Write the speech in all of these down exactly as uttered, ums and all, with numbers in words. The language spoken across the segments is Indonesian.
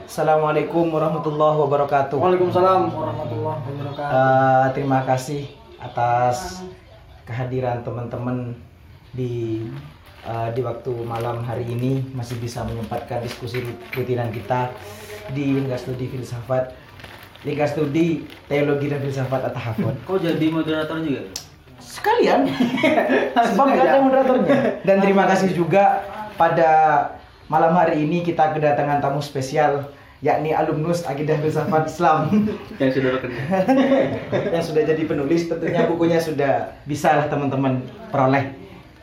Assalamualaikum warahmatullahi wabarakatuh. Waalaikumsalam warahmatullahi wabarakatuh. Uh, terima kasih atas kehadiran teman-teman di uh, di waktu malam hari ini masih bisa menyempatkan diskusi rutinan kita di Lingkar Studi Filsafat, Lingkar Studi Teologi dan Filsafat At-Tahafut. Kau jadi moderator juga? Sekalian, sebab nggak ada moderatornya. Dan terima kasih juga pada malam hari ini kita kedatangan tamu spesial, yakni alumnus Akidah Filsafat Islam yang sudah bekerja, yang sudah jadi penulis. Tentunya bukunya sudah bisa lah teman-teman peroleh.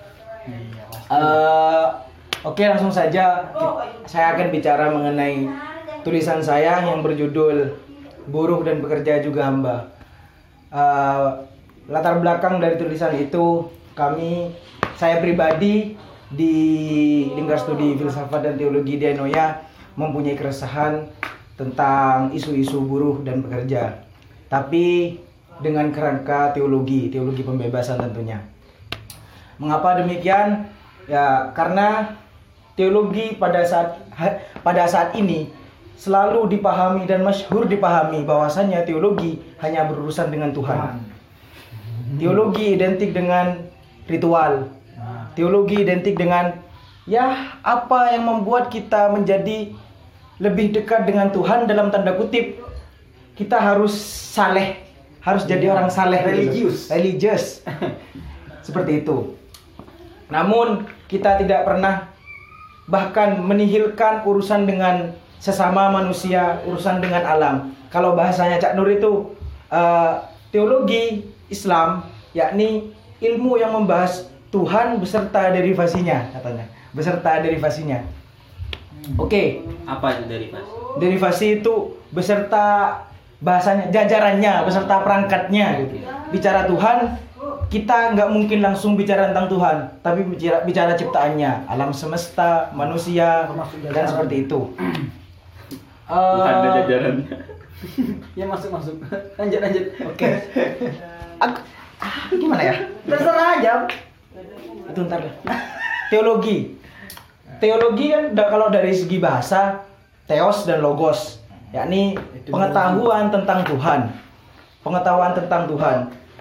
Uh, Oke, langsung saja saya akan bicara mengenai tulisan saya yang berjudul Buruh dan Pekerja Juga Hamba. Uh, latar belakang dari tulisan itu, kami, saya pribadi di Lingkar Studi Filsafat dan Teologi di Anoya mempunyai keresahan tentang isu-isu buruh dan pekerja, tapi dengan kerangka teologi, teologi pembebasan tentunya. Mengapa demikian? Ya, karena teologi pada saat pada saat ini selalu dipahami dan masyhur dipahami bahwasannya teologi hanya berurusan dengan Tuhan. Teologi identik dengan ritual. Teologi identik dengan ya apa yang membuat kita menjadi lebih dekat dengan Tuhan, dalam tanda kutip kita harus saleh, harus jadi orang saleh, religius. Religius. Seperti itu. Namun kita tidak pernah bahkan menihilkan urusan dengan sesama manusia, urusan dengan alam. Kalau bahasanya Cak Nur itu uh, teologi Islam, yakni ilmu yang membahas Tuhan beserta derivasinya, katanya. Beserta derivasinya. Hmm. Oke. Okay. Apa itu derivasi? Derivasi itu beserta bahasanya, jajarannya, beserta perangkatnya. Gitu. Bicara Tuhan, kita nggak mungkin langsung bicara tentang Tuhan, tapi bicara, bicara ciptaannya, alam semesta, manusia, dan seperti itu. Bukan uh, ada jajarannya. Ya masuk masuk. Lanjut lanjut. Oke. Okay. Aku, ah, gimana ya? Terserah aja. Itu ntar deh. Teologi. Teologi kan kalau dari segi bahasa, theos dan logos, yakni pengetahuan tentang Tuhan. Pengetahuan tentang Tuhan.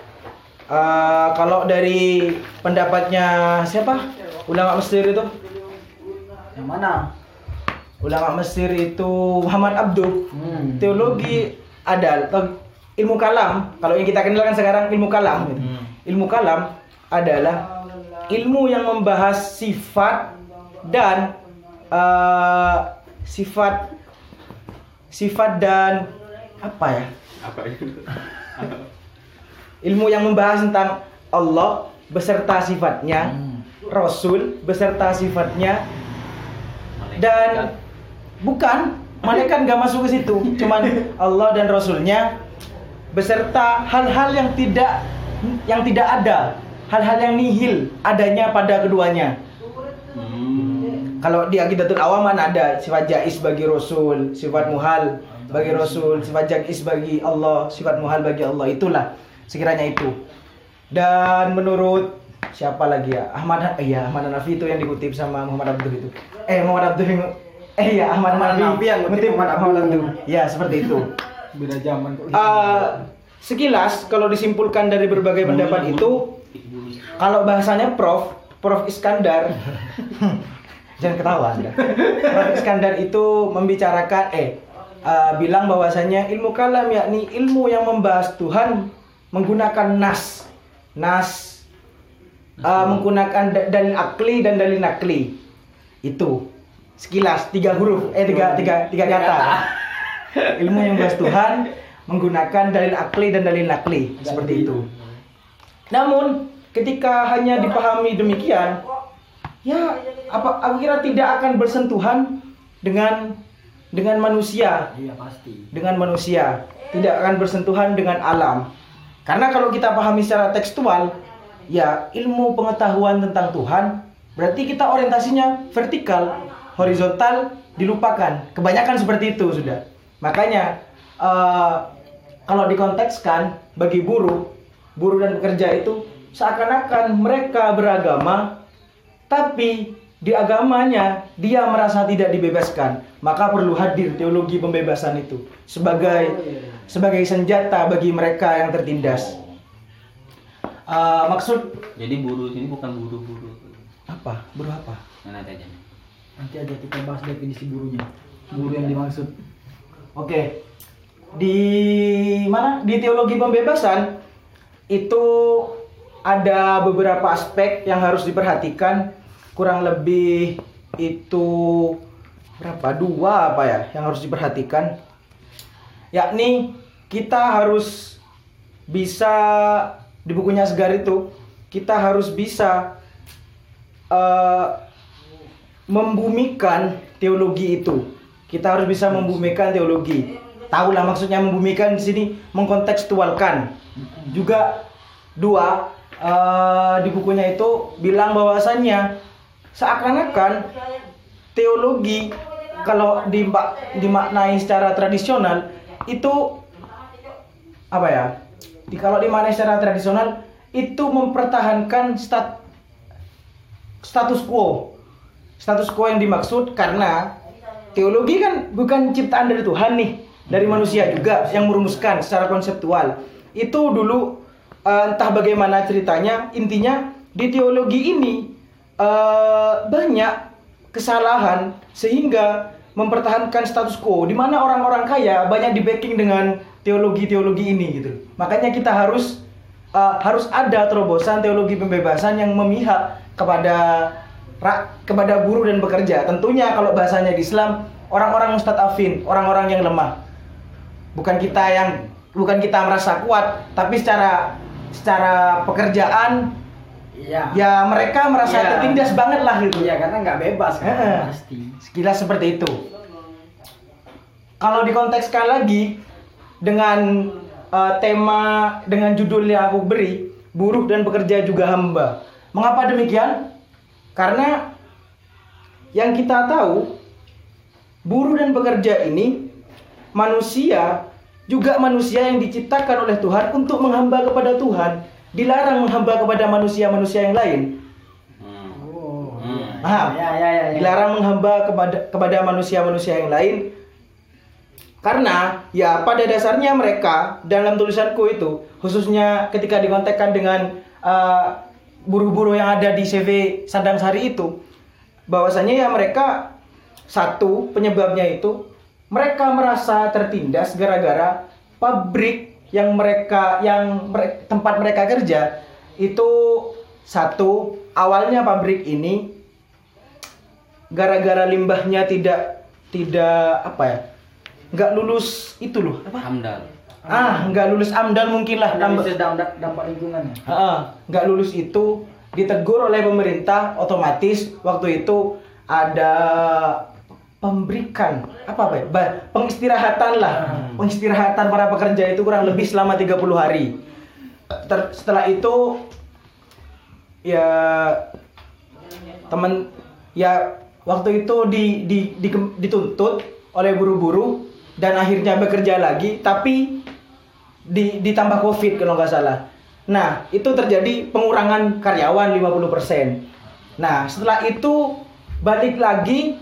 Uh, kalau dari pendapatnya siapa? Ulama Mesir itu? Yang mana? Ulama Mesir itu Muhammad Abduh. Hmm. Teologi ada ilmu kalam. Kalau yang kita kenal kan sekarang ilmu kalam. Gitu. Hmm. Ilmu kalam adalah ilmu yang membahas sifat dan uh, sifat sifat dan apa ya? Apa itu? Ilmu yang membahas tentang Allah beserta sifatnya, hmm. Rasul beserta sifatnya, malaikat. Dan bukan malaikat nggak masuk ke situ, cuman Allah dan Rasulnya beserta hal-hal yang tidak yang tidak ada, hal-hal yang nihil adanya pada keduanya. Hmm. Kalau di Aqidatul Awaman ada sifat jaiz bagi Rasul, sifat muhal bagi Rasul, sifat jaiz bagi Allah, sifat muhal bagi Allah. Itulah sekiranya itu. Dan menurut siapa lagi ya? Ahmad eh, ya Ahmad Hanafi itu yang dikutip sama Muhammad Abduh itu. Eh Muhammad Abduh yang eh ya Ahmad Hanafi yang kutip Muhammad Abduh. Ya, seperti itu. Beda zaman kok. Uh, sekilas kalau disimpulkan dari berbagai pendapat itu, kalau bahasanya Prof Prof Iskandar jangan ketawa Anda. Prof Iskandar itu membicarakan eh uh, bilang bahwasanya ilmu kalam yakni ilmu yang membahas Tuhan menggunakan nas. Nas uh, menggunakan da- dalil akli dan dalil nakli. Itu sekilas tiga huruf eh tiga tiga tiga kata. Ilmu yang membahas Tuhan menggunakan dalil akli dan dalil nakli, seperti itu. Namun ketika hanya dipahami demikian, ya apa aku kira tidak akan bersentuhan dengan dengan manusia. Iya pasti. Dengan manusia, tidak akan bersentuhan dengan alam. Karena kalau kita pahami secara tekstual, ya ilmu pengetahuan tentang Tuhan berarti kita orientasinya vertikal, horizontal dilupakan. Kebanyakan seperti itu sudah. Makanya uh, kalau dikontekskan bagi buruh, buruh dan pekerja itu seakan-akan mereka beragama, tapi di agamanya dia merasa tidak dibebaskan, maka perlu hadir teologi pembebasan itu sebagai sebagai senjata bagi mereka yang tertindas. Uh, maksud Jadi buruh ini bukan buruh-buruh. apa? Buruh apa? Nah, nanti aja. Nanti aja kita bahas definisi buruhnya. Buruh yang dimaksud. Oke. Di mana? Di teologi pembebasan itu ada beberapa aspek yang harus diperhatikan, kurang lebih itu berapa? Dua apa ya yang harus diperhatikan? Yakni kita harus bisa, di bukunya Segar itu kita harus bisa uh, membumikan teologi itu. Kita harus bisa membumikan teologi. Tahulah maksudnya membumikan di sini, mengkontekstualkan. Juga dua, uh, di bukunya itu bilang bahwasannya seakan-akan teologi kalau dimak- dimaknai secara tradisional itu apa ya? Di, kalau dimaknai secara tradisional itu mempertahankan stat, status quo. Status quo yang dimaksud karena teologi kan bukan ciptaan dari Tuhan nih, dari manusia juga yang merumuskan secara konseptual. Itu dulu uh, entah bagaimana ceritanya, intinya di teologi ini uh, banyak kesalahan sehingga mempertahankan status quo, di mana orang-orang kaya banyak di backing dengan teologi-teologi ini gitu. Makanya kita harus uh, harus ada terobosan teologi pembebasan yang memihak kepada rak, kepada buruh dan pekerja. Tentunya kalau bahasanya di Islam, orang-orang mustadafin, orang-orang yang lemah. Bukan kita yang bukan kita merasa kuat, tapi secara secara pekerjaan Iya. ya mereka merasa Ya. tertindas banget lah gitu. Iya, karena nggak bebas kan, Heeh. pasti. Sekilas seperti itu. Kalau dikontekskan lagi dengan uh, tema dengan judul yang aku beri, buruh dan pekerja juga hamba. Mengapa demikian? Karena yang kita tahu, buruh dan pekerja ini manusia, juga manusia yang diciptakan oleh Tuhan untuk menghamba kepada Tuhan. Dilarang menghamba kepada manusia-manusia yang lain. Oh. Hmm. Paham? Ya, ya, ya, ya. Dilarang menghamba kepada kepada manusia-manusia yang lain. Karena ya pada dasarnya mereka dalam tulisanku itu, khususnya ketika dikontekkan dengan uh, buruh-buruh yang ada di C V Sandang Sari itu, bahwasanya ya mereka satu penyebabnya itu mereka merasa tertindas gara-gara pabrik yang mereka yang mere, tempat mereka kerja itu satu, awalnya pabrik ini gara-gara limbahnya tidak tidak apa ya, nggak lulus itu loh apa? Hamdal. Ah, nggak lulus AMDAL mungkin lah. Analisis dampak, dampak lingkungan ya. Heeh, nggak lulus itu ditegur oleh pemerintah, otomatis waktu itu ada pemberikan apa apa ya? Ba- pengistirahatan lah. Hmm. Pengistirahatan para pekerja itu kurang lebih selama tiga puluh hari. Ter- setelah itu ya teman ya waktu itu di, di, di, dituntut oleh buruh-buruh dan akhirnya bekerja lagi, tapi di, ditambah COVID kalau nggak salah. Nah, itu terjadi pengurangan karyawan lima puluh persen. Nah, setelah itu balik lagi,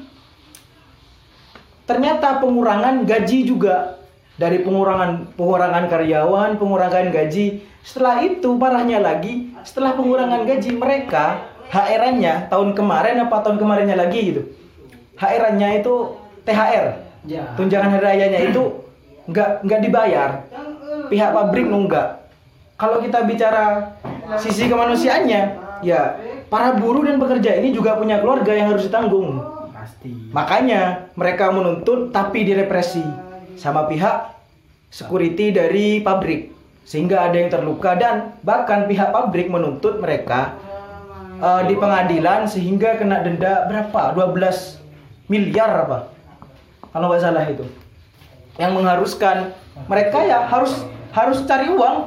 ternyata pengurangan gaji juga. Dari pengurangan pengurangan karyawan, pengurangan gaji. Setelah itu parahnya lagi, setelah pengurangan gaji mereka, H R-nya tahun kemarin apa tahun kemarinnya lagi gitu. H R-nya itu T H R. Ya. Tunjangan hari rayanya itu nggak nggak dibayar. Pihak pabrik nunggak. Kalau kita bicara sisi kemanusiaannya, ya para buruh dan pekerja ini juga punya keluarga yang harus ditanggung. Pasti. Makanya mereka menuntut tapi direpresi sama pihak security dari pabrik, sehingga ada yang terluka dan bahkan pihak pabrik menuntut mereka uh, di pengadilan sehingga kena denda berapa? dua belas miliar apa? Kalau nggak salah itu. Yang mengharuskan mereka ya harus harus cari uang.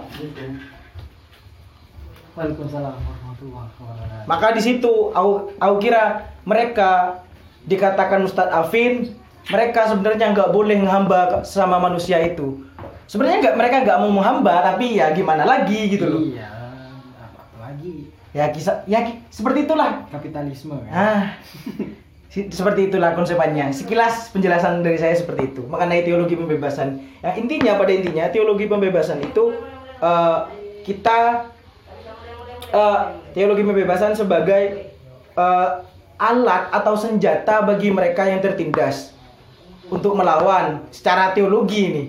Waalaikumsalam warahmatullahi wabarakatuh. Maka di situ aku, aku kira mereka dikatakan mustadafin, mereka sebenarnya nggak boleh menghamba sama manusia itu. Sebenarnya nggak, mereka nggak mau menghamba, tapi ya gimana lagi gitu loh. Iya, apa lagi? Ya kisah ya ki- seperti itulah. Kapitalisme kan. Ah. Si- seperti itulah konsepannya. Sekilas penjelasan dari saya seperti itu. Mengenai teologi pembebasan. Yang intinya pada intinya teologi pembebasan itu eh, kita eh, teologi pembebasan sebagai eh, alat atau senjata bagi mereka yang tertindas untuk melawan secara teologi ini.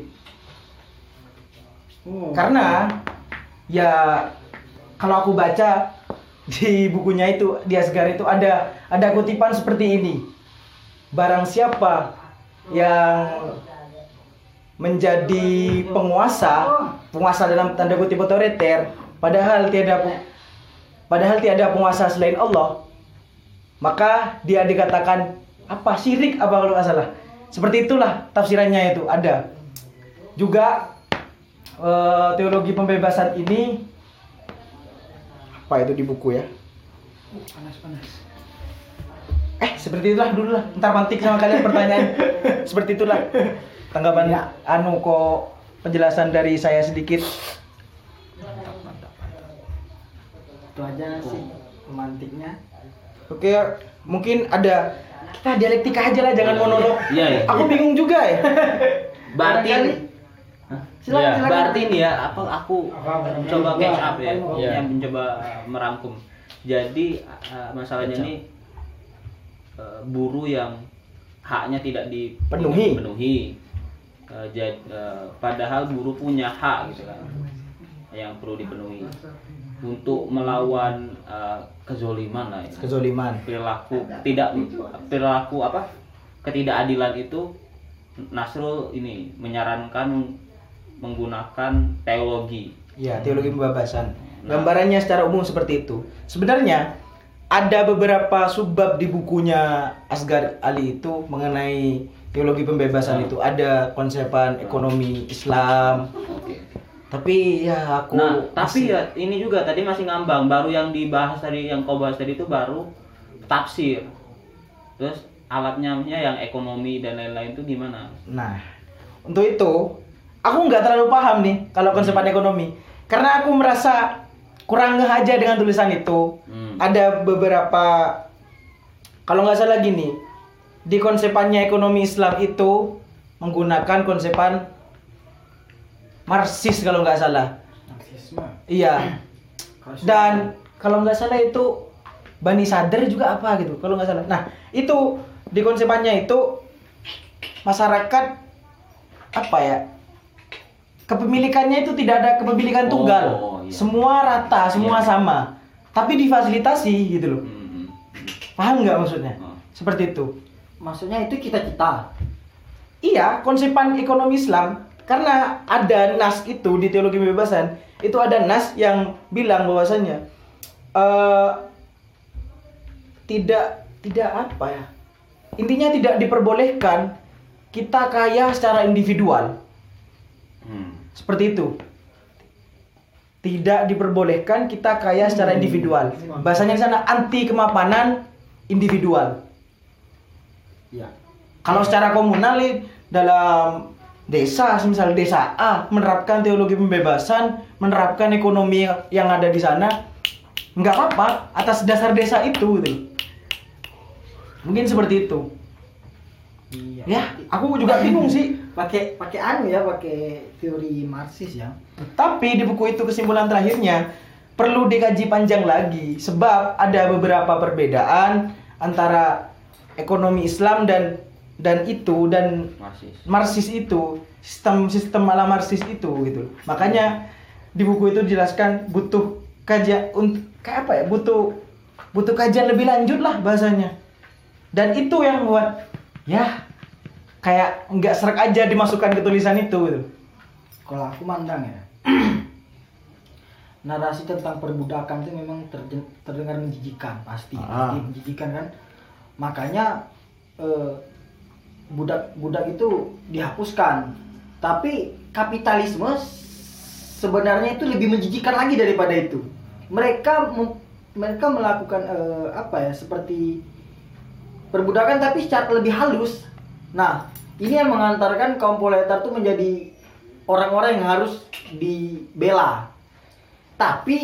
Oh. Karena ya kalau aku baca di bukunya itu di Asgar itu ada ada kutipan seperti ini. Barang siapa yang menjadi penguasa, penguasa dalam tanda kutip otoriter, padahal tiada pu- padahal tiada penguasa selain Allah, maka dia dikatakan apa syirik apa kalau nggak salah. Seperti itulah tafsirannya itu ada. Juga eh, teologi pembebasan ini apa itu di buku ya? Panas-panas. Eh seperti itulah dulu lah. Ntar mantik sama kalian pertanyaan. Seperti itulah tanggapan Ya. anu kok penjelasan dari saya sedikit. Itu aja sih pemantiknya. Oke, mungkin ada kita dialektika aja lah, jangan monolog. Iya, iya. Aku bingung juga ya. Berarti Barangkali- Hah? Silakan, Iya. silakan. Berarti nih ya, apa aku coba catch up ya, Iya. yang mencoba merangkum. Jadi uh, masalahnya nih uh, buruh yang haknya tidak Penuhi. dipenuhi. Uh, jad, uh, padahal buruh punya hak gitu kan, yang perlu dipenuhi untuk melawan uh, kezoliman lah ya. Kezoliman. perilaku tidak perilaku apa ketidakadilan itu. Nasrul ini menyarankan menggunakan teologi. Ya, teologi pembebasan. Gambarannya secara umum seperti itu. Sebenarnya ada beberapa subbab di bukunya Asgar Ali itu mengenai teologi pembebasan Hmm. itu. Ada konsepan ekonomi Islam. Oke. Tapi ya aku Nah, tapi masih- ya ini juga tadi masih ngambang. Baru yang dibahas tadi, yang kau bahas tadi itu baru tafsir. Terus alatnya yang ekonomi dan lain-lain itu gimana? Nah, untuk itu aku nggak terlalu paham nih kalau konsepan ekonomi. Karena aku merasa kurang ngeh aja dengan tulisan itu. Hmm. Ada beberapa, kalau nggak salah gini, di konsepannya ekonomi Islam itu menggunakan konsepan Marxis kalau nggak salah. Marxisme. Iya. Dan kalau nggak salah itu Bani Sadr juga apa gitu, kalau nggak salah. Nah, itu di konsepannya itu masyarakat apa ya? Kepemilikannya itu tidak ada kepemilikan tunggal. Oh, iya. Semua rata, semua Iya. sama. Tapi difasilitasi gitu loh. Hmm. Paham nggak maksudnya? Oh. Seperti itu. Maksudnya itu kita-kita. Iya, konsepan ekonomi Islam karena ada nas itu di teologi pembebasan, itu ada nas yang bilang bahwasannya eh tidak tidak apa ya? Intinya tidak diperbolehkan kita kaya secara individual. Hmm. Seperti itu. Tidak diperbolehkan kita kaya secara individual. Bahasanya di sana anti kemapanan individual. Ya. Kalau secara komunal nih, dalam desa, misal desa A menerapkan teologi pembebasan, menerapkan ekonomi yang ada di sana, nggak apa-apa atas dasar desa itu, gitu. Mungkin seperti itu. Iya. Ya, aku juga bingung sih. Pakai pakai anu ya, pakai teori Marxis ya. Tapi di buku itu kesimpulan terakhirnya perlu dikaji panjang lagi, sebab ada beberapa perbedaan antara ekonomi Islam dan dan itu dan Marxis. Marxis itu, sistem sistem ala Marxis itu gitu. Makanya di buku itu dijelaskan butuh kajian untuk kayak apa ya? Butuh butuh kajian lebih lanjut lah bahasanya. Dan itu yang buat ya kayak nggak serak aja dimasukkan ke tulisan itu gitu. Kalau aku mandang ya, narasi tentang perbudakan itu memang terjen- terdengar menjijikan, pasti, Ah. pasti menjijikan kan. Makanya eh, budak-budak itu dihapuskan. Tapi kapitalisme sebenarnya itu lebih menjijikan lagi daripada itu. Mereka mem- mereka melakukan eh, apa ya, seperti perbudakan tapi secara lebih halus. Nah, ini yang mengantarkan kaum proletar tuh menjadi orang-orang yang harus dibela. Tapi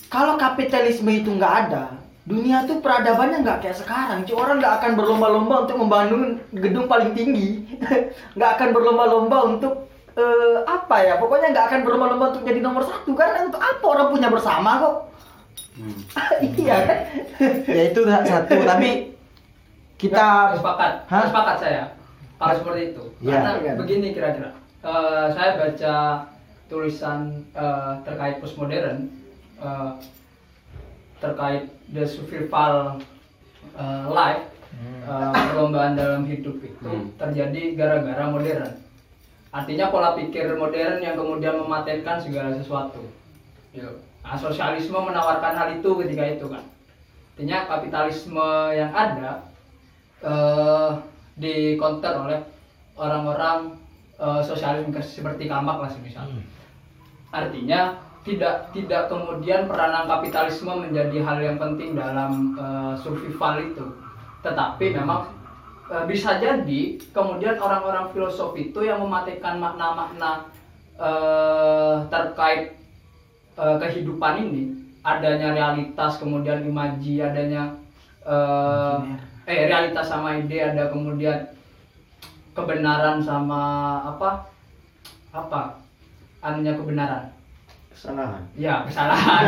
kalau kapitalisme itu nggak ada, dunia tuh peradabannya nggak kayak sekarang. Cuy, orang nggak akan berlomba-lomba untuk membangun gedung paling tinggi, nggak akan berlomba-lomba untuk eh, apa ya? Pokoknya nggak akan berlomba-lomba untuk jadi nomor satu kan? Untuk apa orang punya bersama kok? Hmm. Iya kan? Ya itu satu, tapi kita Nggak, sepakat, Hah? sepakat saya kalau seperti itu. Ya. Karena Kan? begini kira-kira, Eh, saya baca tulisan eh, terkait postmodern, eh, terkait the survival eh, life, eh, perlombaan dalam hidup itu Hmm. terjadi gara-gara modern. Artinya pola pikir modern yang kemudian mematenkan segala sesuatu. Gitu. Nah, sosialisme menawarkan hal itu ketika itu kan. Artinya kapitalisme yang ada eh, di counter oleh orang-orang eh, sosialisme seperti Karl Marx lah semisal. Artinya tidak tidak kemudian peranan kapitalisme menjadi hal yang penting dalam eh, survival itu, tetapi memang eh, bisa jadi kemudian orang-orang filosof itu yang mematikan makna-makna eh, terkait eh, kehidupan ini, adanya realitas kemudian imaji, adanya eh, eh realitas sama ide, ada kemudian kebenaran sama apa apa anunya kebenaran, kesalahan. ya kesalahan.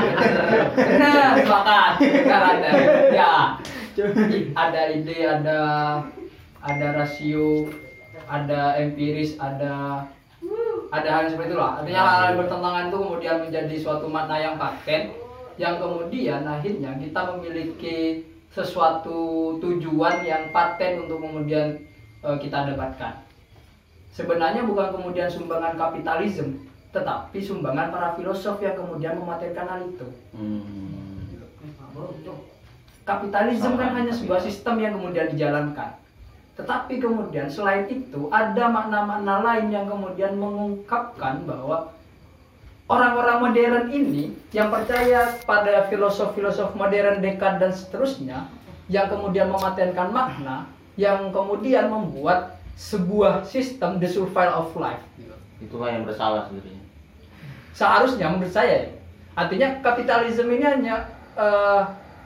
Benar, sepakat. Benar ada ya, ada ide, ada ada rasio, ada empiris, ada ada hal seperti itulah. Artinya hal yang bertentangan itu kemudian menjadi suatu makna yang paten, yang kemudian akhirnya kita memiliki sesuatu tujuan yang paten untuk kemudian uh, kita dapatkan. Sebenarnya bukan kemudian sumbangan kapitalisme, tetapi sumbangan para filosof yang kemudian mematenkan hal itu. Hmm. Kapitalisme kan hanya sebuah sistem yang kemudian dijalankan. Tetapi kemudian selain itu ada makna-makna lain yang kemudian mengungkapkan bahwa orang-orang modern ini yang percaya pada filosof-filosof modern, Descartes dan seterusnya, yang kemudian mematenkan makna, yang kemudian membuat sebuah sistem the survival of life. Itulah yang bersalah sebenarnya. Seharusnya menurut saya, artinya kapitalisme ini hanya eh,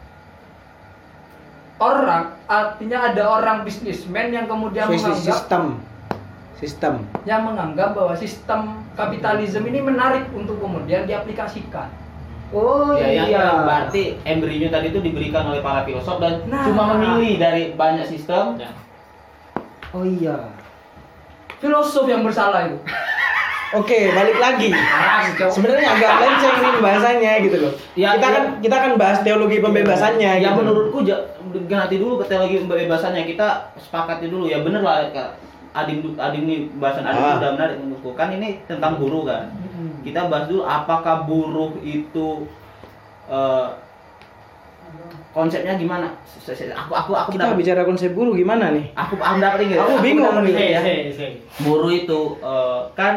orang, artinya ada orang bisnismen yang kemudian menganggap Sistem. Sistem. yang menganggap bahwa sistem kapitalisme ini menarik untuk kemudian diaplikasikan. Oh Ya, yang iya. berarti embrio tadi itu diberikan oleh para filosof dan Nah. cuma memilih dari banyak sistem. Oh iya. Filosof yang bersalah itu. Oke, balik lagi. Sebenarnya agak lenceng nih bahasanya gitu loh. Ya, kita ya. kan kita kan bahas teologi pembebasannya. Ya gitu. menurutku ja- ganti dulu ke teologi pembebasannya, kita sepakati dulu ya, bener lah Kak. Adim Adim nih bahasan Adim Ah. sudah menarik menurutku. Kan ini tentang buruh kan. Kita bahas dulu apakah buruh itu eh, konsepnya gimana? Se- se- Aku aku aku Kita dapat- bicara konsep buruh gimana nih? aku aku dapat ini. Aku bingung dapat nih. ini ya. Buruh itu eh, kan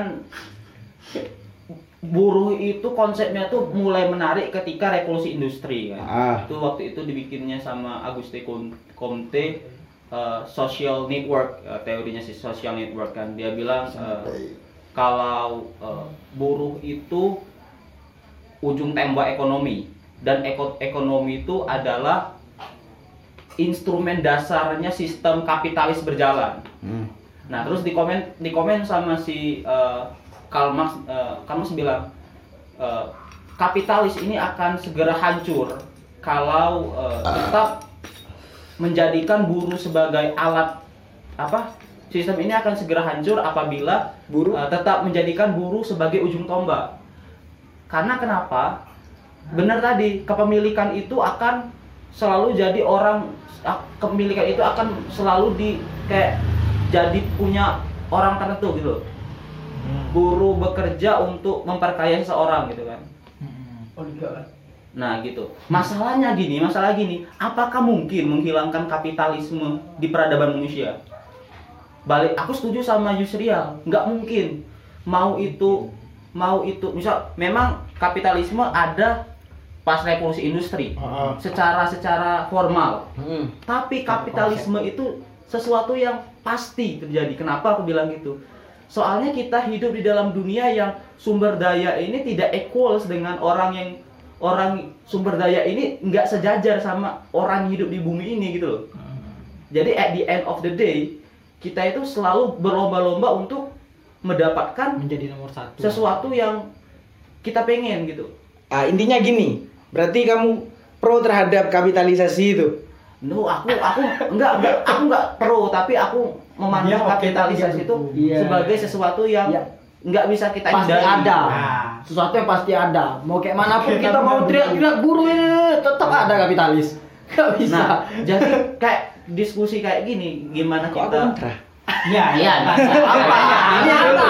buruh itu konsepnya tuh mulai menarik ketika revolusi industri kan. Ah. Itu waktu itu dibikinnya sama Auguste Comte, uh, social network, uh, teorinya si social network kan. Dia bilang uh, kalau uh, buruh itu ujung tembak ekonomi, dan eko- ekonomi itu adalah instrumen dasarnya sistem kapitalis berjalan. Hmm. Nah, terus di komen di komen sama si uh, Karl Marx, uh, Karl Marx bilang uh, kapitalis ini akan segera hancur kalau uh, tetap menjadikan buruh sebagai alat apa? Sistem ini akan segera hancur apabila Buruh? uh, tetap menjadikan buruh sebagai ujung tombak. Karena kenapa? Benar tadi, kepemilikan itu akan selalu jadi orang, kepemilikan itu akan selalu di kayak jadi punya orang tertentu gitu loh. Buruh bekerja untuk memperkaya seseorang gitu kan. Nah gitu. Masalahnya gini, masalah gini, apakah mungkin menghilangkan kapitalisme di peradaban manusia? Balik, aku setuju sama Yusriel, nggak mungkin. Mau itu, mau itu, misal memang kapitalisme ada pas revolusi industri, Oh, oh. secara secara formal. Hmm. Tapi kapitalisme itu sesuatu yang pasti terjadi. Kenapa aku bilang gitu? Soalnya kita hidup di dalam dunia yang sumber daya ini tidak equal dengan orang yang orang sumber daya ini nggak sejajar sama orang yang hidup di bumi ini gitu loh. Jadi at the end of the day kita itu selalu berlomba-lomba untuk mendapatkan Menjadi nomor satu. sesuatu yang kita pengen gitu. Ah, intinya gini, berarti kamu pro terhadap kapitalisasi itu. No, aku aku enggak enggak aku enggak pro, tapi aku memandang Dia oke, kapitalisasi dia itu Iya. sebagai sesuatu yang Iya. nggak bisa kita Pasti hindari. ada. Nah. Sesuatu yang pasti ada. Mau kayak manapun Oke, kita tapi mau kan teriak-teriak guru ini tetap ada kapitalis. Gak bisa. Nah, jadi kayak diskusi kayak gini, gimana Kok aku kita kontra? Iya, iya. Apa? Ini apa?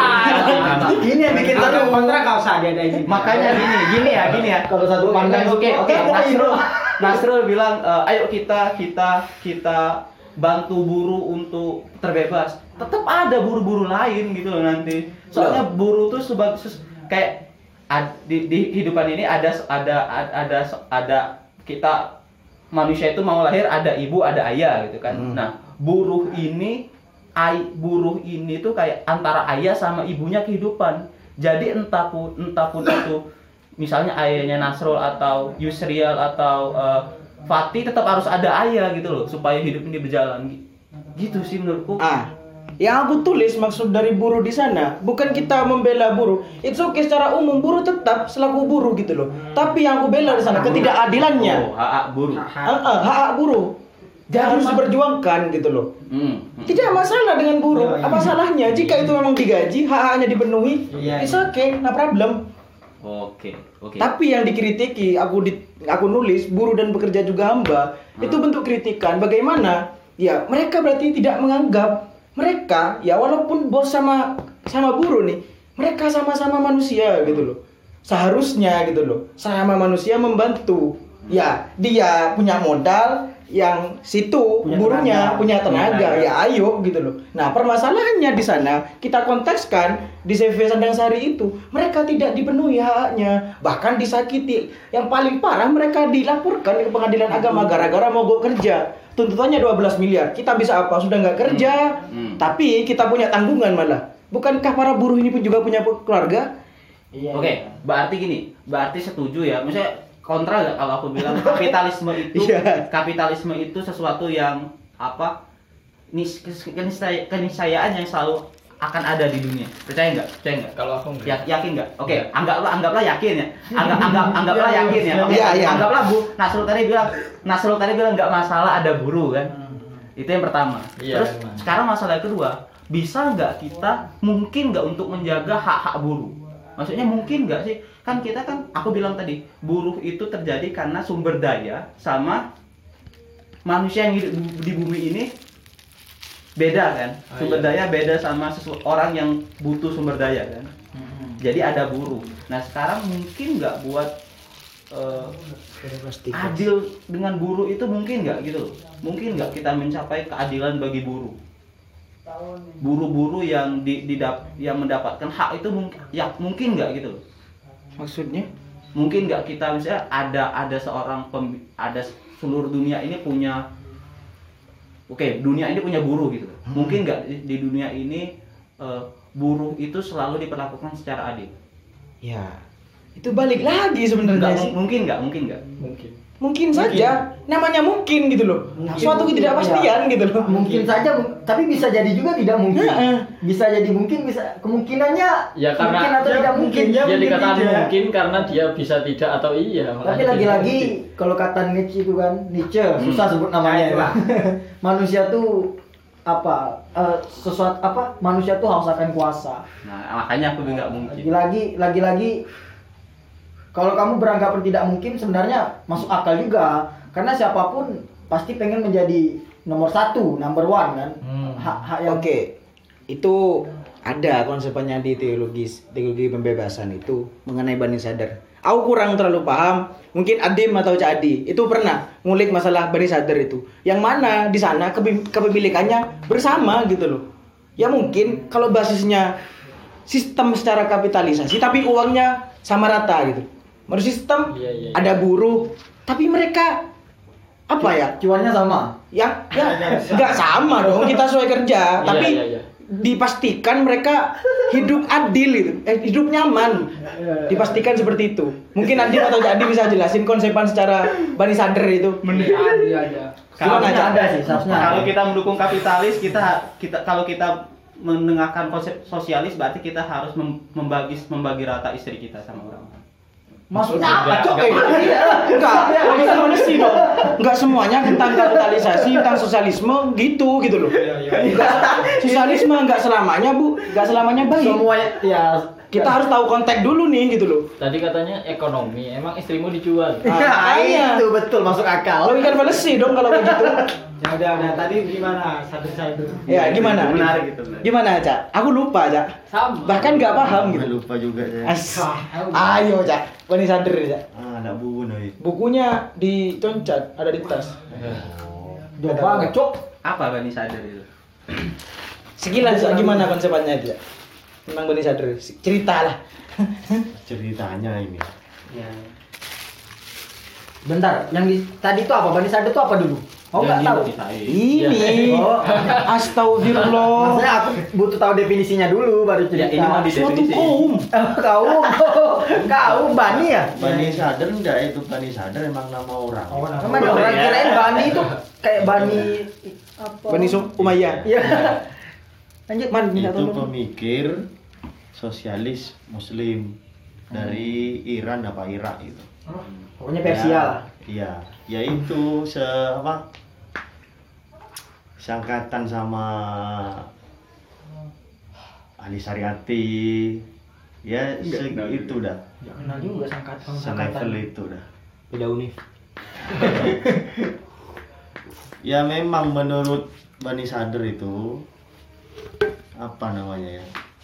Ini yang bikin Kalau seru. kontra nggak usah dia ada ini. makanya gini, gini ya, gini ya. Kalau satu pandang Oke, oke. Oke, Nasrul, Nasrul bilang, e, ayo kita kita kita bantu buruh untuk terbebas. Tetap ada buruh-buruh lain gitu loh nanti. Soalnya buruh tuh sebagai ses- kayak ad- di, di kehidupan ini ada ada ada ada kita manusia itu mau lahir ada ibu ada ayah gitu kan. Hmm. Nah, buruh ini ay, buruh ini tuh kayak antara ayah sama ibunya kehidupan. Jadi entah pun entah pun itu misalnya ayahnya Nasrul atau Yusriel atau eh, Fatih tetap harus ada ayah gitu loh supaya hidup ini berjalan. Gitu sih menurutku. Ah, yang aku tulis maksud dari buruh di sana bukan kita membela buruh. It's okay secara umum buruh tetap selaku buruh gitu loh. Tapi yang aku bela di sana ketidakadilannya. Oh, hak buruh. Ah, ah, hak buruh. Harus diperjuangkan gitu loh. Hmm. Tidak masalah dengan buruh. Apa salahnya jika itu memang digaji, hak-haknya dipenuhi? Iya, It's okay, no problem. Oke, oke. Tapi yang dikritiki, aku di, aku nulis buruh dan pekerja juga hamba, Hmm. itu bentuk kritikan. Bagaimana? Ya mereka berarti tidak menganggap mereka, ya walaupun bos sama sama buruh nih, mereka sama-sama manusia gitu loh. Seharusnya gitu loh, sama manusia membantu. Ya dia punya modal, yang situ Punya buruhnya tenaga. punya tenaga, Punya tenaga. ya ayo gitu loh. Nah permasalahannya di sana kita kontekskan di C V Sandang Sari itu mereka tidak dipenuhi haknya, bahkan disakiti. Yang paling parah mereka dilaporkan ke pengadilan agama gara-gara mogok kerja. Tuntutannya dua belas miliar. Kita bisa apa? Sudah nggak kerja, Hmm. tapi kita punya tanggungan malah. Bukankah para buruh ini pun juga punya keluarga? Iya. Oke, berarti gini, berarti setuju ya. Misalnya kontra nggak kalau aku bilang kapitalisme itu Iya. kapitalisme itu sesuatu yang apa? Nis, keniscaya- keniscayaan yang selalu akan ada di dunia. Percaya nggak? Percaya nggak? Kalau aku enggak. Ya, yakin nggak? Oke, anggaplah anggaplah yakin ya. Anggap anggap anggaplah yakin ya. Oke, Iya, iya. anggaplah Bu Nasrul tadi bilang Nasrul tadi bilang nggak masalah ada buruh kan. Itu yang pertama. Iya, Terus memang. sekarang masalah yang kedua, bisa nggak kita mungkin nggak untuk menjaga hak-hak buruh? Maksudnya mungkin nggak sih? Kan kita kan aku bilang tadi buruh itu terjadi karena sumber daya sama manusia yang hidup di bumi ini beda kan. Ah, Sumber iya. daya beda sama sesu- orang yang butuh sumber daya kan. Jadi ada buruh. Nah sekarang mungkin nggak buat eh, adil dengan buruh itu mungkin nggak gitu loh. Mungkin nggak kita mencapai keadilan bagi buruh. Buruh-buruh yang di, didap, yang mendapatkan hak itu mungkin ya mungkin nggak gitu loh. Maksudnya? Mungkin nggak kita misalnya ada ada seorang pem, ada seluruh dunia ini punya oke dunia ini punya buruh gitu. Mungkin nggak di, di dunia ini eh, buruh itu selalu diperlakukan secara adil. Ya, itu balik lagi sebenarnya Nggak, sih. mungkin nggak mungkin nggak. Mungkin. Mungkin saja, namanya mungkin gitu loh. Mungkin, Suatu mungkin, ketidakpastian ya. gitu loh. Mungkin saja, mu- tapi bisa jadi juga tidak mungkin. Heeh. Bisa jadi mungkin, bisa kemungkinannya Ya karena mungkin atau ya, tidak mungkin, mungkin. ya. dia dikatakan tidak. mungkin karena dia bisa tidak atau iya. Tapi makanya dia lagi-lagi mungkin. kalau kata Nietzsche itu kan, Nietzsche Hmm. susah sebut namanya. Ya, itulah. Manusia tuh apa? eh, sesuatu apa? Manusia tuh haus akan kuasa. Nah makanya aku bilang nggak mungkin. Lagi-lagi, lagi-lagi kalau kamu beranggapan tidak mungkin sebenarnya masuk akal juga. Karena siapapun pasti pengen menjadi nomor satu, number one kan. Hmm. Hak-hak yang Oke, itu ada konsepnya di teologis, teologi pembebasan itu mengenai Bani Sadar. Aku kurang terlalu paham, mungkin Adim atau Cak Adi itu pernah ngulik masalah Bani Sadar itu. Yang mana di sana kepe- kepemilikannya bersama gitu loh. Ya mungkin kalau basisnya sistem secara kapitalisasi tapi uangnya sama rata gitu. Menurut sistem Iya, iya, iya. ada buruh, tapi mereka apa ya? cuannya sama. Yang ya nggak sama dong, kita sesuai kerja, Iya, tapi iya, iya. dipastikan mereka hidup adil itu, eh, hidup nyaman. Dipastikan seperti itu. Mungkin Andi atau Jadi bisa jelasin konsepan secara Bani Sadr itu. Mending Andi aja. Kalau Seharusnya kita ada sih, seharusnya kalau ada. kita mendukung kapitalis, kita kita kalau kita menengahkan konsep sosialis, berarti kita harus mem- membagi membagi rata istri kita sama orang. Maksudnya apa, Enggak, Cok? enggak. Enggak, bisa manusia dong. Enggak semuanya tentang kapitalisasi, tentang sosialisme gitu gitu loh. Enggak, sosialisme enggak selamanya, Bu. Enggak selamanya baik. Semuanya ya Kita harus tahu konteks dulu nih gitu loh. Tadi katanya ekonomi, emang istrimu dijual. Nah, Nah, makanya. itu betul masuk akal. Logika fallacy dong kalau begitu. Ya udah, udah. Tadi gimana? Satu-satu. Ya, gimana? Menarik itu. menarik. Gimana, Cak? Aku lupa, Cak. Sama. Bahkan nggak paham gitu. lupa juga saya. As. Ayo, Cak. Bani Sadr, Cak. Ah, anak buku nih. Bukunya diconcat, ada di tas. Jauh banget, Cok. Apa Bani Sadr itu? Sekilas Cak, gimana konsepannya aja? Tentang Bani Sadr. Cerita lah. Ceritanya ini. Bentar, yang di, tadi itu apa? Bani Sadr itu apa dulu? Oh, enggak tahu. Ini. Oh. Astagfirullah. Maksudnya aku butuh tahu definisinya dulu baru cerita. Ya, ini mau di- Suatu definisi. kaum. Oh, kaum. Kaum Bani ya? Bani Sadr enggak, itu Bani Sadr emang nama orang. Oh, nah. Sama ada orang ya. kirain Bani itu kayak Bani apa? Bani Sum- Umayyah. Iya. Lanjut, Man, minta Itu tolong. pemikir sosialis muslim dari Iran apa Irak itu. Pokoknya Persia lah. Iya, yaitu se apa? Sangkatan sama Ali Syariati. Ya, se- itu dah. Kenal juga sangkatan Selevel itu dah. Beda univ. Ya memang menurut Bani Sadr itu apa namanya ya?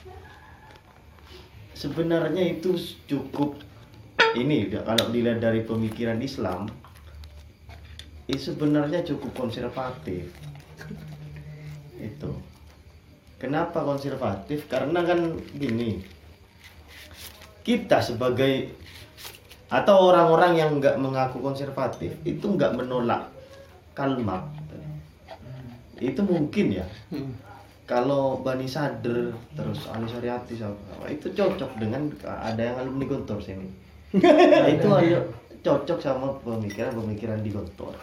Sebenarnya itu cukup ini ya, kalau dilihat dari pemikiran Islam, itu sebenarnya cukup konservatif. Itu. Kenapa konservatif? Karena kan gini. Kita sebagai atau orang-orang yang nggak mengaku konservatif itu nggak menolak Karl Marx. Itu mungkin ya. Kalau Bani Sadr terus Ali Syariati sama itu cocok dengan ada yang alumni Gontor sini. Nah, itu ayo cocok sama pemikiran-pemikiran di Gontor.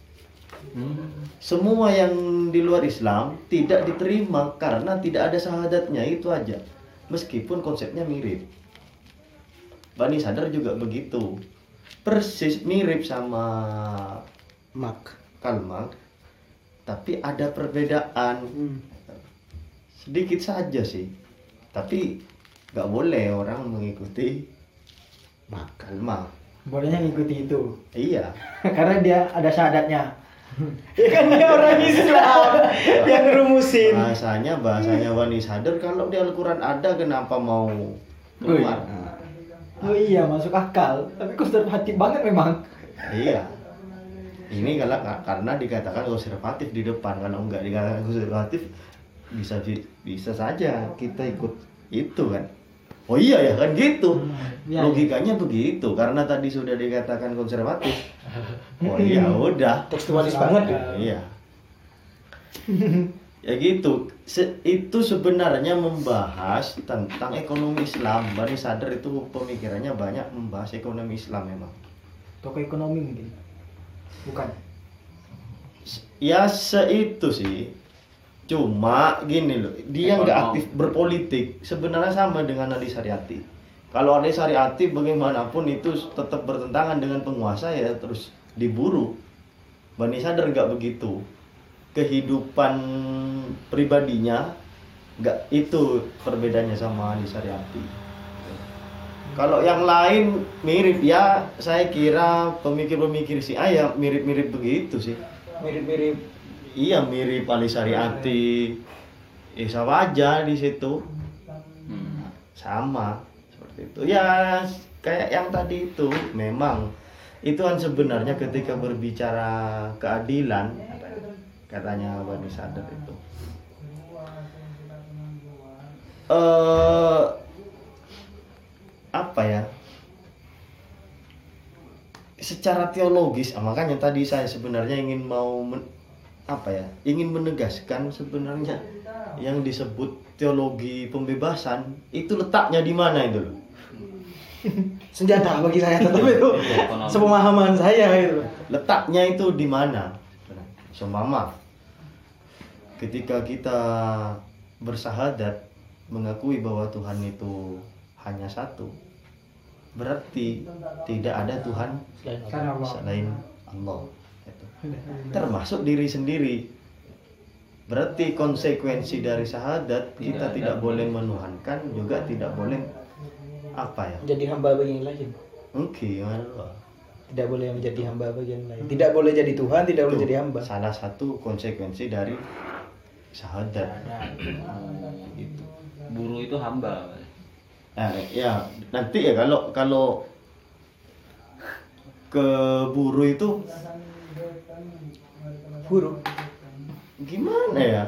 Semua yang di luar Islam tidak diterima karena tidak ada syahadatnya, itu aja. Meskipun konsepnya mirip. Bani Sadr juga begitu. Persis mirip sama Mak. Karl Marx, tapi ada perbedaan. Sedikit saja sih. Tapi nggak boleh orang mengikuti Karl Marx. Bolehnya ngikuti itu. Iya. Karena dia ada syahadatnya. Ya kan dia orang Islam yang rumusin. Bahasanya bahasanya Bani Sadr, kalau di Al-Quran ada, kenapa mau keluar? Oh iya, masuk akal. Tapi konservatif banget memang. Iya. Ini kalau karena dikatakan konservatif di depan, kalau enggak dikatakan konservatif bisa di- bisa saja kita ikut itu kan. Oh iya ya kan gitu. iya, Logikanya begitu, karena tadi sudah dikatakan konservatif. Oh iya udah. Tekstualis banget. Iya. Ya gitu. Se- itu sebenarnya membahas tentang ekonomi Islam. Bani Sadr itu pemikirannya banyak membahas ekonomi Islam memang. Toko ekonomi mungkin. Bukan. Ya seitu sih. Cuma gini loh, dia nggak Ekonom. aktif berpolitik. Sebenarnya sama dengan Ali Syariati. Kalau Ali Syariati bagaimanapun itu tetap bertentangan dengan penguasa, ya terus diburu. Bani Sadr nggak begitu. Kehidupan pribadinya nggak, itu perbedaannya sama Ali Syariati. Kalau yang lain mirip ya, saya kira pemikir-pemikir si A ya mirip-mirip begitu sih. Mirip-mirip. Iya, mirip Ali Syariati. Eh sama aja di situ. Sama seperti itu. Ya kayak yang tadi itu, memang itu kan sebenarnya ketika berbicara keadilan, katanya Bani Sadr itu. Eh apa ya? Secara teologis, ah, makanya tadi saya sebenarnya ingin mau men- apa ya? Ingin menegaskan sebenarnya yang disebut teologi pembebasan itu letaknya di mana itu loh? Senjata bagi saya tetap itu. Sepemahaman saya itu. Letaknya itu di mana? Seumpama ketika kita bersahadat mengakui bahwa Tuhan itu hanya satu, berarti tidak ada Tuhan selain Allah. Itu. Termasuk diri sendiri. Berarti konsekuensi dari syahadat kita tidak boleh menuhankan, juga tidak boleh apa ya? Jadi hamba bagi yang lain. Oke, Allah. Tidak boleh menjadi hamba bagi yang lain. Tidak boleh jadi Tuhan, tidak boleh Itu jadi hamba. salah satu konsekuensi dari syahadat. Gitu. Buruh itu hamba. Nah, ya nanti ya kalau kalau ke buruh itu Buruh. gimana ya?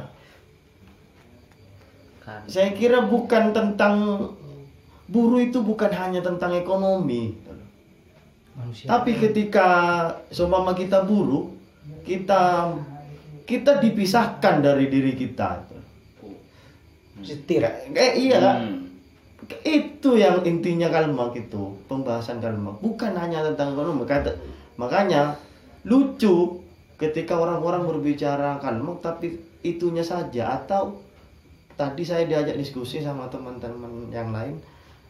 Kan. Saya kira bukan tentang buruh itu bukan hanya tentang ekonomi. Manusia. Tapi ketika seumpama kita buruh, kita kita dipisahkan dari diri kita. Setir. Kayak iya kan? Hmm. Itu yang intinya Kalmak itu, pembahasan Kalmak. Bukan hanya tentang ekonomi. Kata, makanya lucu ketika orang-orang berbicara Kalmak tapi itunya saja. Atau tadi saya diajak diskusi sama teman-teman yang lain,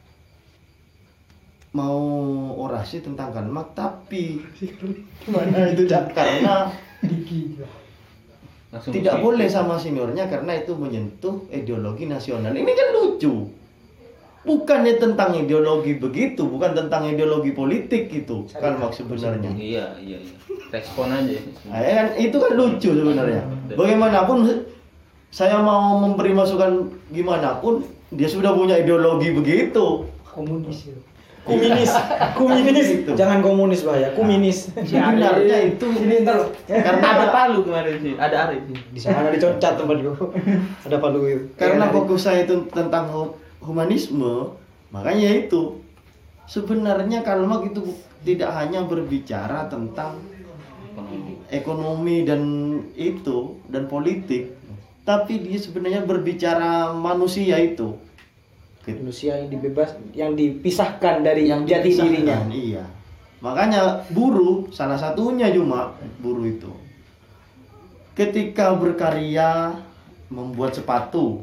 mau orasi tentang Kalmak tapi Mana itu dah? karena Langsung tidak musik. boleh sama seniornya karena itu menyentuh ideologi nasional. Ini kan lucu. Bukannya tentang ideologi begitu, bukan tentang ideologi politik itu Kalmak sebenarnya. Iya, iya, iya. Respon aja. Nah, ya kan itu kan lucu sebenarnya. Bagaimanapun saya mau memberi masukan gimana pun dia sudah punya ideologi begitu. Komunis itu. Kuminis, kuminis. Gitu. Jangan komunis bahaya, kuminis. Sebenarnya itu Sini ntar. Karena ada palu kemarin sih, ada Arif sih. Di sana diconcat tempatku. Ada palu itu. karena Iya, fokus saya itu tentang hu- humanisme, makanya itu sebenarnya Kalmak itu tidak hanya berbicara tentang Ekonomi. ekonomi dan itu dan politik, tapi dia sebenarnya berbicara manusia itu. manusia yang dibebas, yang dipisahkan dari Yang jati dipisahkan, dirinya. Iya. Makanya buruh salah satunya cuma buruh itu. Ketika berkarya membuat sepatu,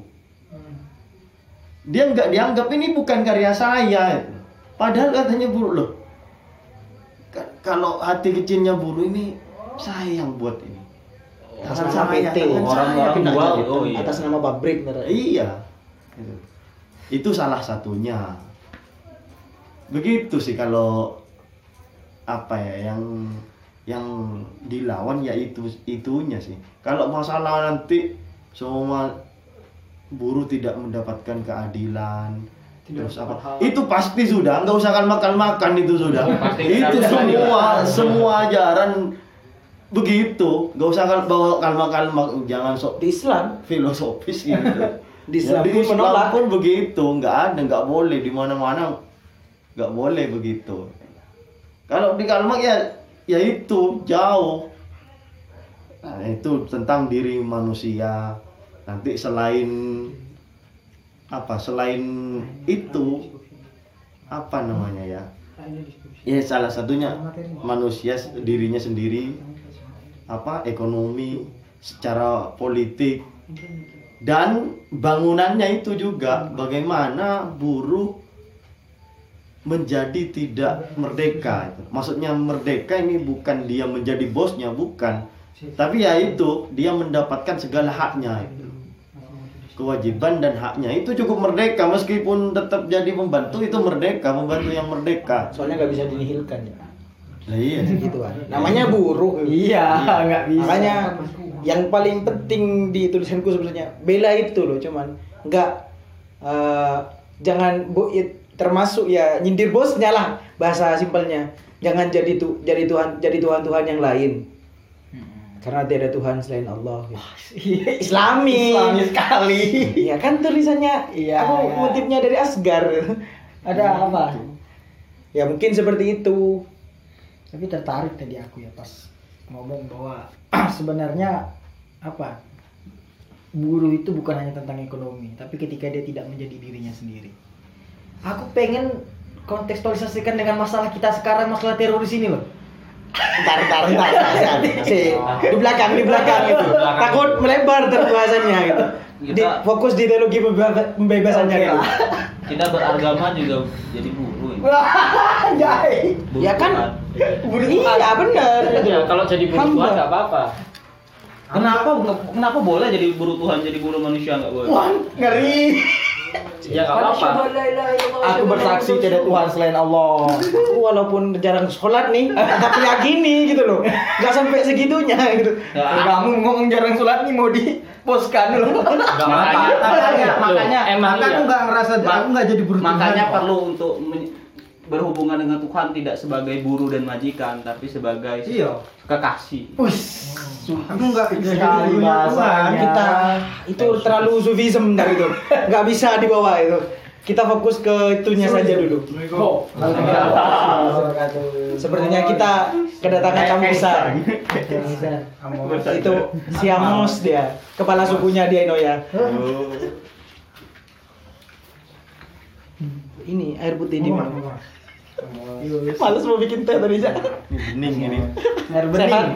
dia nggak dianggap ini bukan karya saya. Padahal katanya buruh loh. Ka- Kalau hati kecilnya buruh ini saya yang buat ini. Atas Tangan nama saya, P T, tangan orang-orang saya kena jual, jadi. oh iya. Atas nama pabrik. ntar. Iya. Gitu. Itu salah satunya. Begitu sih kalau apa ya yang yang dilawan ya itu itunya sih. Kalau masalah nanti semua buruh tidak mendapatkan keadilan, terus apa? Itu pasti sudah, nggak usah kalmak-kalmakan itu sudah. Pasti Itu tidak ada semua semua ajaran begitu. Nggak usah kal- bawa kalmak-kalmak, jangan sok Di Islam, filosofis gitu. Di Islam Ya, di pun Islam menolak. pun begitu, nggak ada, nggak boleh di mana-mana, nggak boleh begitu. Kalau di Kalmak ya, ya itu jauh. Nah, itu tentang diri manusia. Nanti selain apa, selain itu apa namanya ya? Ya salah satunya manusia dirinya sendiri, apa ekonomi, secara politik. Dan bangunannya itu juga bagaimana buruh menjadi tidak merdeka. Maksudnya merdeka ini bukan dia menjadi bosnya, bukan. Tapi ya itu dia mendapatkan segala haknya. Kewajiban dan haknya itu cukup merdeka, meskipun tetap jadi pembantu itu merdeka, pembantu yang merdeka. soalnya nggak bisa dinihilkan ya. Lah iya. Gitu kan. Namanya buruh. Iya, nggak bisa. Makanya yang paling penting di tulisanku sebenarnya bela itu loh, cuman nggak eh, jangan bu, ya, termasuk ya nyindir bosnya lah bahasa simpelnya. Jangan jadi tu, jadi Tuhan jadi Tuhan Tuhan yang lain. Karena tidak ada Tuhan selain Allah. Gitu. Islami. Islami sekali. Iya kan tulisannya. Iya, Aku iya. motifnya dari Asgar. Ada apa? Ya mungkin seperti itu. Tapi tertarik tadi aku ya pas ngomong bahwa sebenarnya apa buruh itu bukan hanya tentang ekonomi, tapi ketika dia tidak menjadi dirinya sendiri. Aku pengen kontekstualisasikan dengan masalah kita sekarang, masalah teroris ini loh. Bentar, bentar, bentar, bentar. Si, di belakang, di belakang itu. Takut melebar terbahasannya gitu. Di, fokus di teologi pembeba- pembebasannya Oke gitu. lah. Kita beragama juga jadi buruh. Ya. Wah, jai. Buruh Ya kan? Tuhan. Iya, benar. Ya, kalau jadi buruh Hamba. Tuhan nggak apa-apa. Kenapa kenapa boleh jadi buruh Tuhan, jadi buruh manusia nggak boleh? Wah, ngeri. Ya nggak apa-apa. Aku bersaksi tidak Tuhan selain Allah. Aku walaupun jarang sholat nih, tapi yakini gitu loh. Gak sampai segitunya gitu. Ya, Eh, kamu ngomong jarang sholat nih mau diposkan loh. Nggak Makanya, apa-apa. makanya, Loh, makanya, emang Maka iya. aku nggak ngerasa aku nggak jadi buruh makanya Tuhan. perlu untuk men- berhubungan dengan Tuhan tidak sebagai buruh dan majikan, tapi sebagai Iya. kekasih. Wis. Aku nggak jadi Sekali buruh Tuhan. bahasanya. Kita itu terlalu sufism dari itu. Gak bisa dibawa itu. Kita fokus ke itunya saja dulu. Oh, Sepertinya kita kedatangan tamu besar. Itu Siamos dia, kepala sukunya dia Inoya. Ini air putih di mana? Males mau bikin teh tadi Cak. Bening ini. Air Sehat. bening.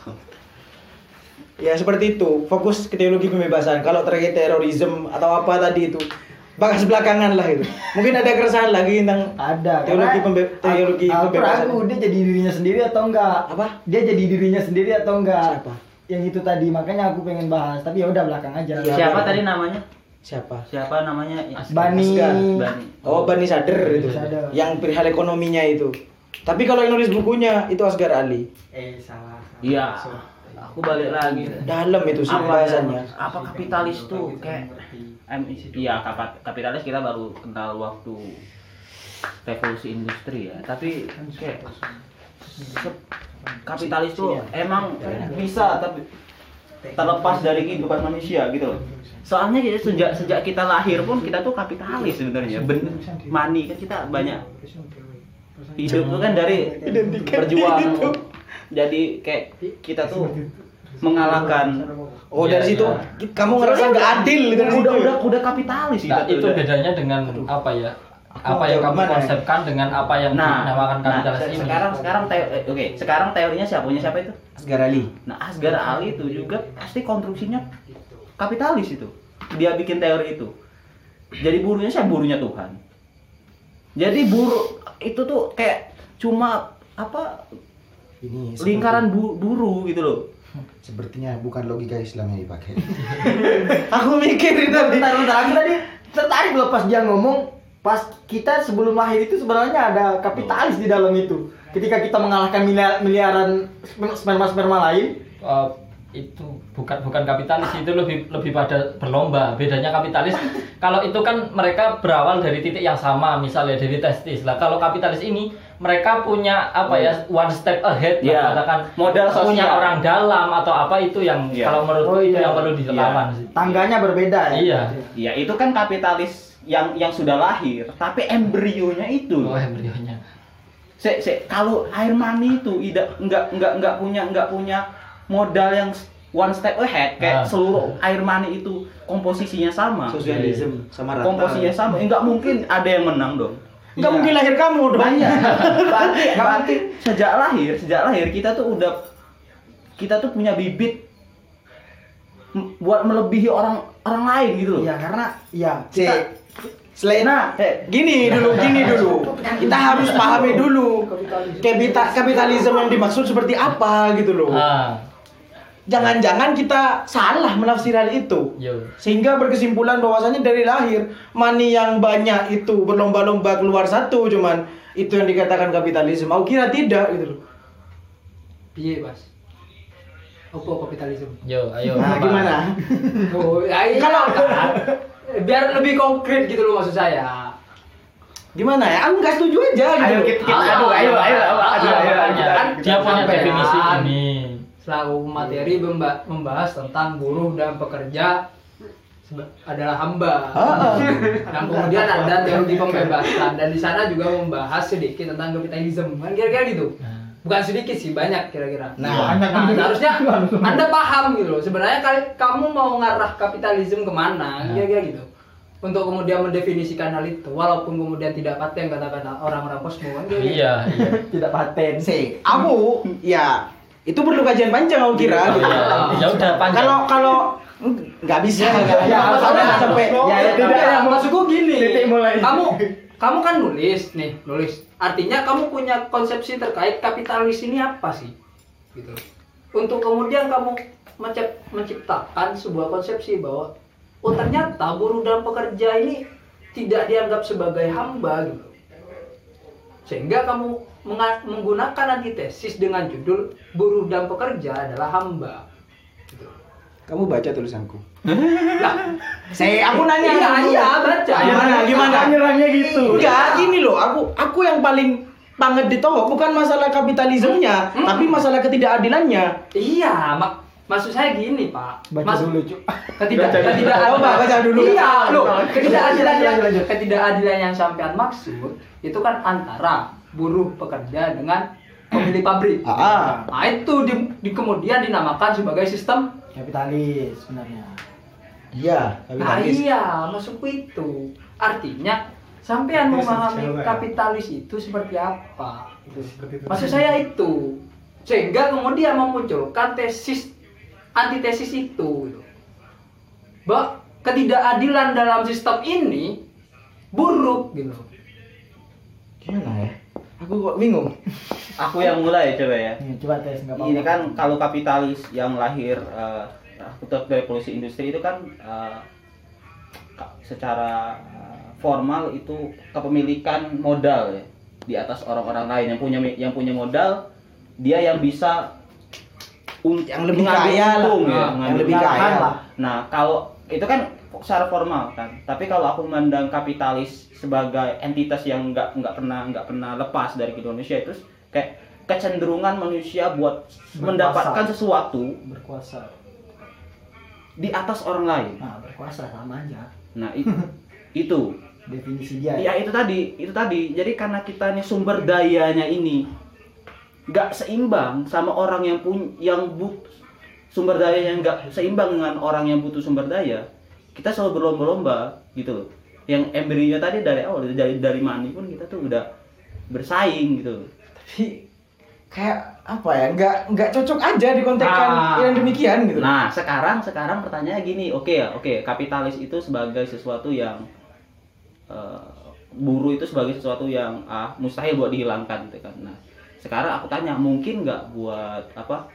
Ya seperti itu, fokus ke teologi pembebasan. Kalau terkait terorisme atau apa tadi itu, bahas belakangan lah itu. Mungkin ada keresahan lagi tentang Ada. teologi karena pembe- teologi aku, aku pembebasan. ragu dia jadi dirinya sendiri atau enggak. Apa? Dia jadi dirinya sendiri atau enggak? Siapa? Yang itu tadi, makanya aku pengen bahas. Tapi ya udah belakang aja. Iya. Siapa biar- tadi namanya? Siapa? Siapa namanya? Bani. Asgar. Bani. Oh, Bani Sadr itu. Sadr. Yang perihal ekonominya itu. Tapi kalau yang nulis bukunya itu Asgar Ali. Eh salah. Iya. Aku balik lagi. Dalam itu sih Apa bahasannya. apa kapitalis tuh kayak em- iya kapa- kapitalis kita baru kenal waktu revolusi industri ya. Tapi kayak se- kapitalis tuh emang bisa tapi terlepas dari kehidupan manusia gitu loh. Soalnya kita sejak sejak kita lahir pun kita tuh kapitalis sebenarnya. Ben, money kan kita banyak hidup tuh kan dari berjuang. Jadi kayak kita tuh mengalahkan. Oh, dari Iya, situ iya. kamu ngerasa nggak adil dari situ. udah udah udah kapitalis Nah, gitu. itu Udah. bedanya dengan apa ya? Apa yang jauh kamu kemana ya? konsepkan dengan apa yang Nah, dinamakan nah, kapitalis se- ini. sekarang sekarang teo- eh, oke, sekarang teorinya siapa punya siapa itu? Asgar Ali. Nah, Asgar Ali itu juga pasti konstruksinya kapitalis itu. Dia bikin teori itu. Jadi buruhnya siapa? Buruhnya Tuhan. Jadi buruh itu tuh kayak cuma apa Ini lingkaran bu- buruh gitu loh. sepertinya bukan logika Islam yang dipakai. Aku mikirin tadi. Bentar, bentar. Aku tadi tertarik loh pas dia ngomong. Pas kita sebelum lahir itu sebenarnya ada kapitalis di dalam itu. Ketika kita mengalahkan miliar, miliaran sperma-sperma lain. Eh, itu bukan bukan kapitalis, itu lebih lebih pada berlomba. Bedanya kapitalis kalau itu kan mereka berawal dari titik yang sama, misalnya dari testis lah. Kalau kapitalis ini mereka punya apa ya, one step ahead lah, Iya. katakan Modal punya sosial. orang dalam atau apa, itu yang Iya. kalau menurutku Oh, itu iya. yang perlu dilawan Iya. sih. Tangganya berbeda ya. Iya. Ya itu kan kapitalis yang yang sudah lahir, tapi embrionya itu Oh, loh. embrionya. Se, se, kalau air mani itu tidak nggak nggak nggak punya nggak punya modal yang one step ahead kayak Ah. seluruh air mani itu komposisinya sama, Sosialisme sama rata. komposisinya sama, eh, nggak mungkin ada yang menang dong. Nggak mungkin lahir kamu dong. Banyak. berarti, berarti sejak lahir sejak lahir kita tuh udah kita tuh punya bibit m- buat melebihi orang orang lain gitu loh. Iya, karena ya Si, kita selain Nah, eh, gini dulu, gini dulu. Kita harus pahami dulu kapita, kapitalisme yang dimaksud seperti apa gitu loh. Ah, Jangan-jangan kita salah menafsir hal itu. yo. Sehingga berkesimpulan bahwasannya dari lahir money yang banyak itu berlomba-lomba keluar satu cuman itu yang dikatakan kapitalisme. Aku kira tidak gitu loh. Piye, Mas? Apa kapitalisme? Yo, ayo. Nah, Pak. gimana? Oh, ya iya. Kalau- biar lebih konkret gitu loh maksud saya. Gimana ya? Aku nggak setuju aja gitu. Ayo kita, kita aduh ayo ayo ayo aduh ayo ayo Makanya, kita- dia punya sampai definisi kan. ini. Selaku materi memba- membahas tentang buruh dan pekerja seba- adalah hamba. Ah, ah. Dan kemudian ada teori pembebasan dan di sana juga membahas sedikit tentang kapitalisme. Kan kira-kira gitu. Nah, Bukan sedikit sih, banyak kira-kira. Nah, Nah, seharusnya Anda paham gitu loh. Sebenarnya kali- kamu mau ngarah kapitalisme kemana, kira-kira gitu. Untuk kemudian mendefinisikan hal itu, walaupun kemudian tidak paten kata-kata orang-orang posmo kan gitu. Iya, iya. Tidak paten. Si, aku ya itu perlu kajian panjang aku kira. gitu. Ya udah panjang. Kalau kalau nggak bisa, nggak Ya, ya, soalnya nggak sampai. ya, Ya, tidak, tidak. Ya, maksudku gini. Titik mulai. Kamu kamu kan nulis nih, nulis. Artinya kamu punya konsepsi terkait kapitalis ini apa sih? Gitu. Untuk kemudian kamu mencip- menciptakan sebuah konsepsi bahwa oh ternyata buruh dan pekerja ini tidak dianggap sebagai hamba gitu. Sehingga kamu menga- menggunakan antitesis dengan judul buruh dan pekerja adalah hamba. Gitu. Kamu baca tulisanku. Lah, Saya aku nanya. iya, kamu. iya, baca. Gimana? Gimana? Nyerangnya gitu. Enggak, gini loh. Aku aku yang paling banget ditohok bukan masalah kapitalismenya, Hmm. tapi masalah ketidakadilannya. Iya, mak maksud saya gini, Pak. Baca Mas- dulu, Cuk. Ketidak Baca dulu. ketidakadilan. Coba baca dulu. Iya, loh. Ketidakadilan Lanjut, yang lanjut, lanjut. ketidakadilan yang sampean maksud itu kan antara buruh pekerja dengan pemilik pabrik. Ah, Nah, itu di, di kemudian dinamakan sebagai sistem. Kapitalis sebenarnya. iya, Nah, kapitalis. iya, maksudku itu. Artinya sampean memahami kapitalis itu seperti apa? Gitu. Maksud saya itu. Sehingga kemudian memunculkan tesis antitesis itu gitu. Bahwa ketidakadilan dalam sistem ini buruk gitu. Gimana ya? Aku kok bingung. Aku yang mulai coba ya. Nih, coba tes enggak apa-apa. Ini kan kalau kapitalis yang lahir uh, akibat revolusi industri itu kan uh, ka- secara uh, formal itu kepemilikan modal ya di atas orang-orang lain yang punya yang punya modal, dia yang bisa un- Yang lebih mengambil kaya lah. untung ya, Ah, yang mengambil lebih untung. kaya lah. Nah, kalau itu kan secara formal kan. Tapi kalau aku memandang kapitalis sebagai entitas yang nggak nggak pernah nggak pernah lepas dari Indonesia, itu kayak kecenderungan manusia buat Berkuasa. mendapatkan sesuatu berkuasa. di atas orang lain. Nah, berkuasa sama aja. Nah, itu itu. Definisi dia. Ya itu tadi, itu tadi. Jadi karena kita nih sumber dayanya ini nggak seimbang sama orang yang punya yang but sumber daya yang nggak seimbang dengan orang yang butuh sumber daya, kita selalu berlomba-lomba gitu loh. Yang embryonya tadi dari awal dari dari mani pun kita tuh udah bersaing gitu. Tapi kayak apa ya? Nggak nggak cocok aja dikontekskan Ah. yang demikian gitu. Nah, sekarang sekarang pertanyaannya gini, oke ya, oke, kapitalis itu sebagai sesuatu yang eh, buruh itu sebagai sesuatu yang ah, mustahil buat dihilangkan gitu kan. Nah, sekarang aku tanya, mungkin nggak buat apa?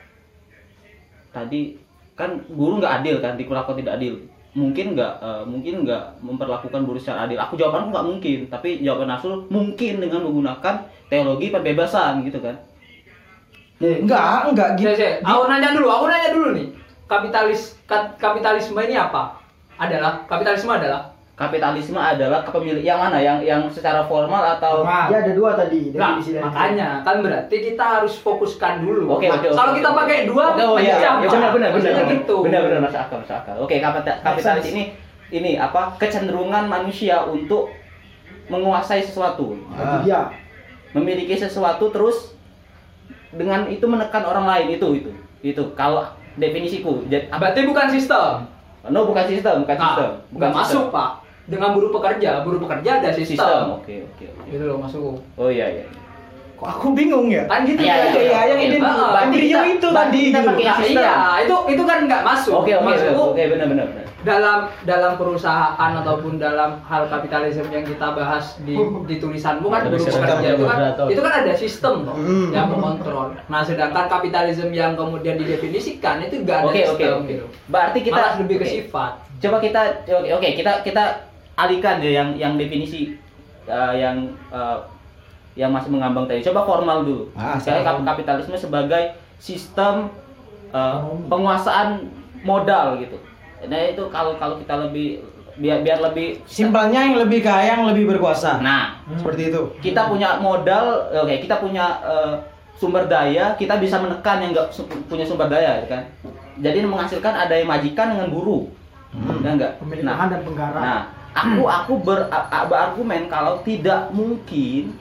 Tadi kan buruh nggak adil kan, diperlakukan tidak adil. Mungkin nggak, eh, mungkin nggak memperlakukan buruh secara adil. Aku jawabanku nggak mungkin, tapi jawaban Asul mungkin dengan menggunakan teologi pembebasan gitu kan. Enggak, enggak gitu. Saya, saya, aku nanya dulu, aku nanya dulu nih. Kapitalis ka- kapitalisme ini apa? Adalah kapitalisme adalah Kapitalisme adalah kepemilikan yang mana? Yang yang secara formal atau Dia ada dua tadi Nah, definisi dari makanya kan berarti kita harus fokuskan dulu. Oke, oke, oke, Kalau oke, kita oke. pakai dua, Oh iya, iya, macam benar benar benar. Maksudnya benar. gitu. Benar benar masuk akal, masuk akal. Oke, kapita- kapitalis ini ini apa? Kecenderungan manusia untuk menguasai sesuatu. Bagi dia. Memiliki sesuatu terus dengan itu menekan orang lain itu itu. Itu kalau definisiku. Jadi apa? Berarti bukan sistem. No, bukan sistem, bukan sistem. Nah, Bukan nggak masuk, Pak. Dengan buruh pekerja, buruh pekerja ada sistem. sistem. Oke, oke, oke. Gitu loh masukku. Oh iya iya. Kok aku bingung ya? Kan gitu Iya, ya. iya, Iya, yang oke. ide Ah, berarti embrio kita- itu berarti tadi kita gitu. pakai Nah, sistem. iya, itu itu kan nggak masuk. Oke, oke, Maksudku, oke, benar benar benar. dalam dalam perusahaan ataupun dalam hal kapitalisme yang kita bahas di di tulisanmu kan Ada buruh sistem pekerja itu kan moderator. itu kan ada sistem toh Hmm. yang mengontrol. Nah, sedangkan kapitalisme yang kemudian didefinisikan itu enggak ada Oke, oke, sistem oke. gitu. Berarti kita Malah lebih ke oke. sifat. Coba kita oke oke kita kita alihkan deh yang yang definisi uh, yang uh, yang masih mengambang tadi. Coba formal dulu. Ah, Misalnya formal. kap- kapitalisme sebagai sistem uh, penguasaan modal gitu. Nah itu kalau kalau kita lebih biar biar lebih Simpelnya yang lebih kaya, yang lebih berkuasa. nah Seperti itu. kita punya modal, oke kita punya uh, sumber daya, kita bisa menekan yang nggak su- punya sumber daya, kan? Jadi menghasilkan ada yang majikan dengan buruh, ya enggak? Pemilik Nah, lahan dan penggarap. nah, aku aku ber, a- a- berargumen kalau tidak mungkin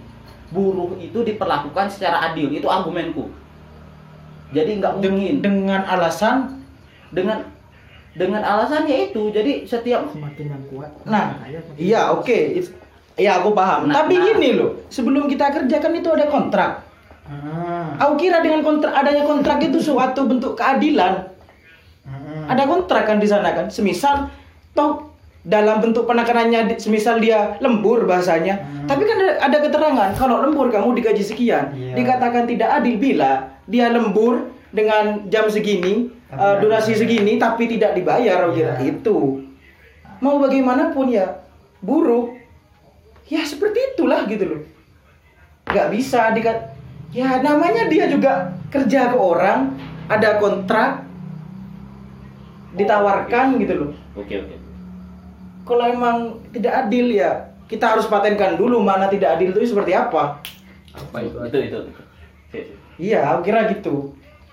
buruh itu diperlakukan secara adil. Itu argumenku. Jadi nggak Deng- mungkin dengan alasan dengan dengan alasannya itu. Jadi setiap Semakin yang kuat. nah makanya semakin iya kuat. oke It- iya aku paham Nah, tapi nah. gini loh, sebelum kita kerja kan itu ada kontrak. Ah. Aku kira dengan kontrak, adanya kontrak itu suatu bentuk keadilan. Ah. Ada kontrak kan di sana kan, semisal toh dalam bentuk penekanannya, di- semisal dia lembur bahasanya, Hmm. tapi kan ada, ada keterangan kalau lembur kamu digaji sekian. Iya. Dikatakan tidak adil bila dia lembur dengan jam segini, Tapi eh, nggak durasi dibayar. segini tapi tidak dibayar. Aku kira Iya. itu. Mau bagaimanapun ya buruh ya seperti itulah gitu loh. Nggak bisa dikat ya namanya dia juga kerja ke orang, ada kontrak, ditawarkan gitu loh. Oke oke. Kalau emang tidak adil ya kita harus patenkan dulu mana tidak adil itu seperti apa. Apa itu? Itu itu. itu. Oke. Iya, aku kira gitu.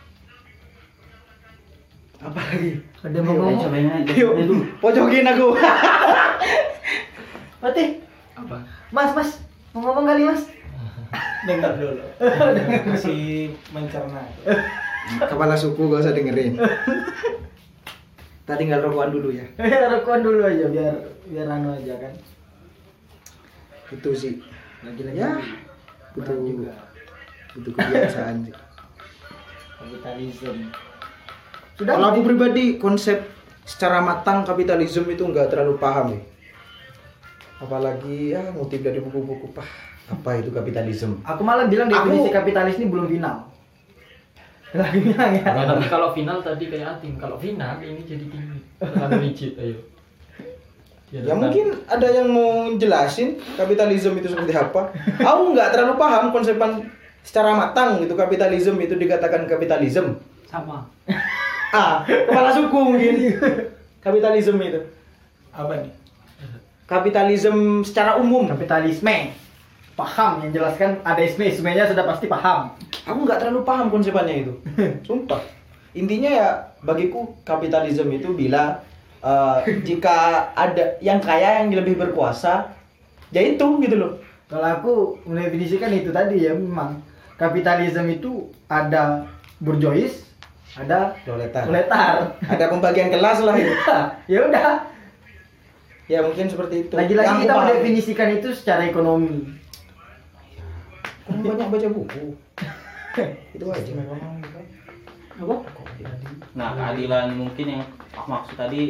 Apa lagi? Ada yang mau ngomong? Yuk, pojokin aku. Mati. Apa? Mas, mas. Mau ngomong kali, Mas? Dengar dulu. Masih mencerna. Kepala suku gak usah dengerin. Kita tinggal rokokan dulu ya. Rekuan dulu aja biar biar anu aja kan. Itu sih. Lagi-lagi. Ya, berat butuh juga. butuh kebiasaan sih. Kapitalisme. Kalau aku pribadi konsep secara matang kapitalisme itu nggak terlalu paham ya. Apalagi ya ngutip dari buku-buku pah apa itu kapitalisme. Aku malah bilang Aku- definisi kapitalis ini belum final. Lagi bilang ya. Nah, tapi kalau final tadi kayak Atin, kalau final ini jadi tinggi. Terlalu rigid, ayo. Dia Ya tetap- mungkin ada yang mau jelasin kapitalisme itu seperti apa. Aku nggak terlalu paham konsepan secara matang gitu kapitalisme itu dikatakan kapitalisme. Sama. Ah, kepala suku mungkin. Kapitalisme itu. Apa nih? Kapitalisme secara umum. Kapitalisme. Paham yang jelaskan ada isme, ismenya sudah pasti paham. Aku nggak terlalu paham konsepannya itu. Sumpah. Intinya ya bagiku kapitalisme itu bila eh, jika ada yang kaya yang lebih berkuasa, ya itu gitu loh. Kalau aku mendefinisikan itu tadi ya memang kapitalisme itu ada burjois, ada Proletar. proletar. Ada pembagian kelas lah itu. Ya udah. Ya mungkin seperti itu. Lagi-lagi Yang kita aku paham. mendefinisikan itu secara ekonomi. Kamu banyak baca buku. Itu aja. Apa? Nah, keadilan mungkin yang aku maksud tadi,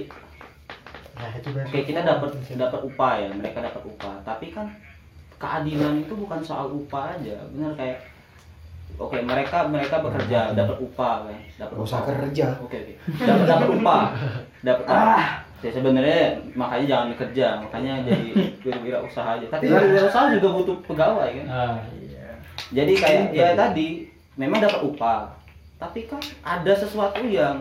oke kita dapat dapat upah ya, mereka dapat upah. Tapi kan keadilan itu bukan soal upah aja, benar kayak oke mereka mereka bekerja dapat upah kan, dapat Gak usah upah. kerja. Oke oke. Dapat dapat upah, dapat. Ya sebenarnya makanya jangan kerja, makanya jadi wirausaha aja. Tapi wirausaha juga butuh pegawai kan. Ah, Jadi kayak ya tadi memang dapat upah, tapi kan ada sesuatu yang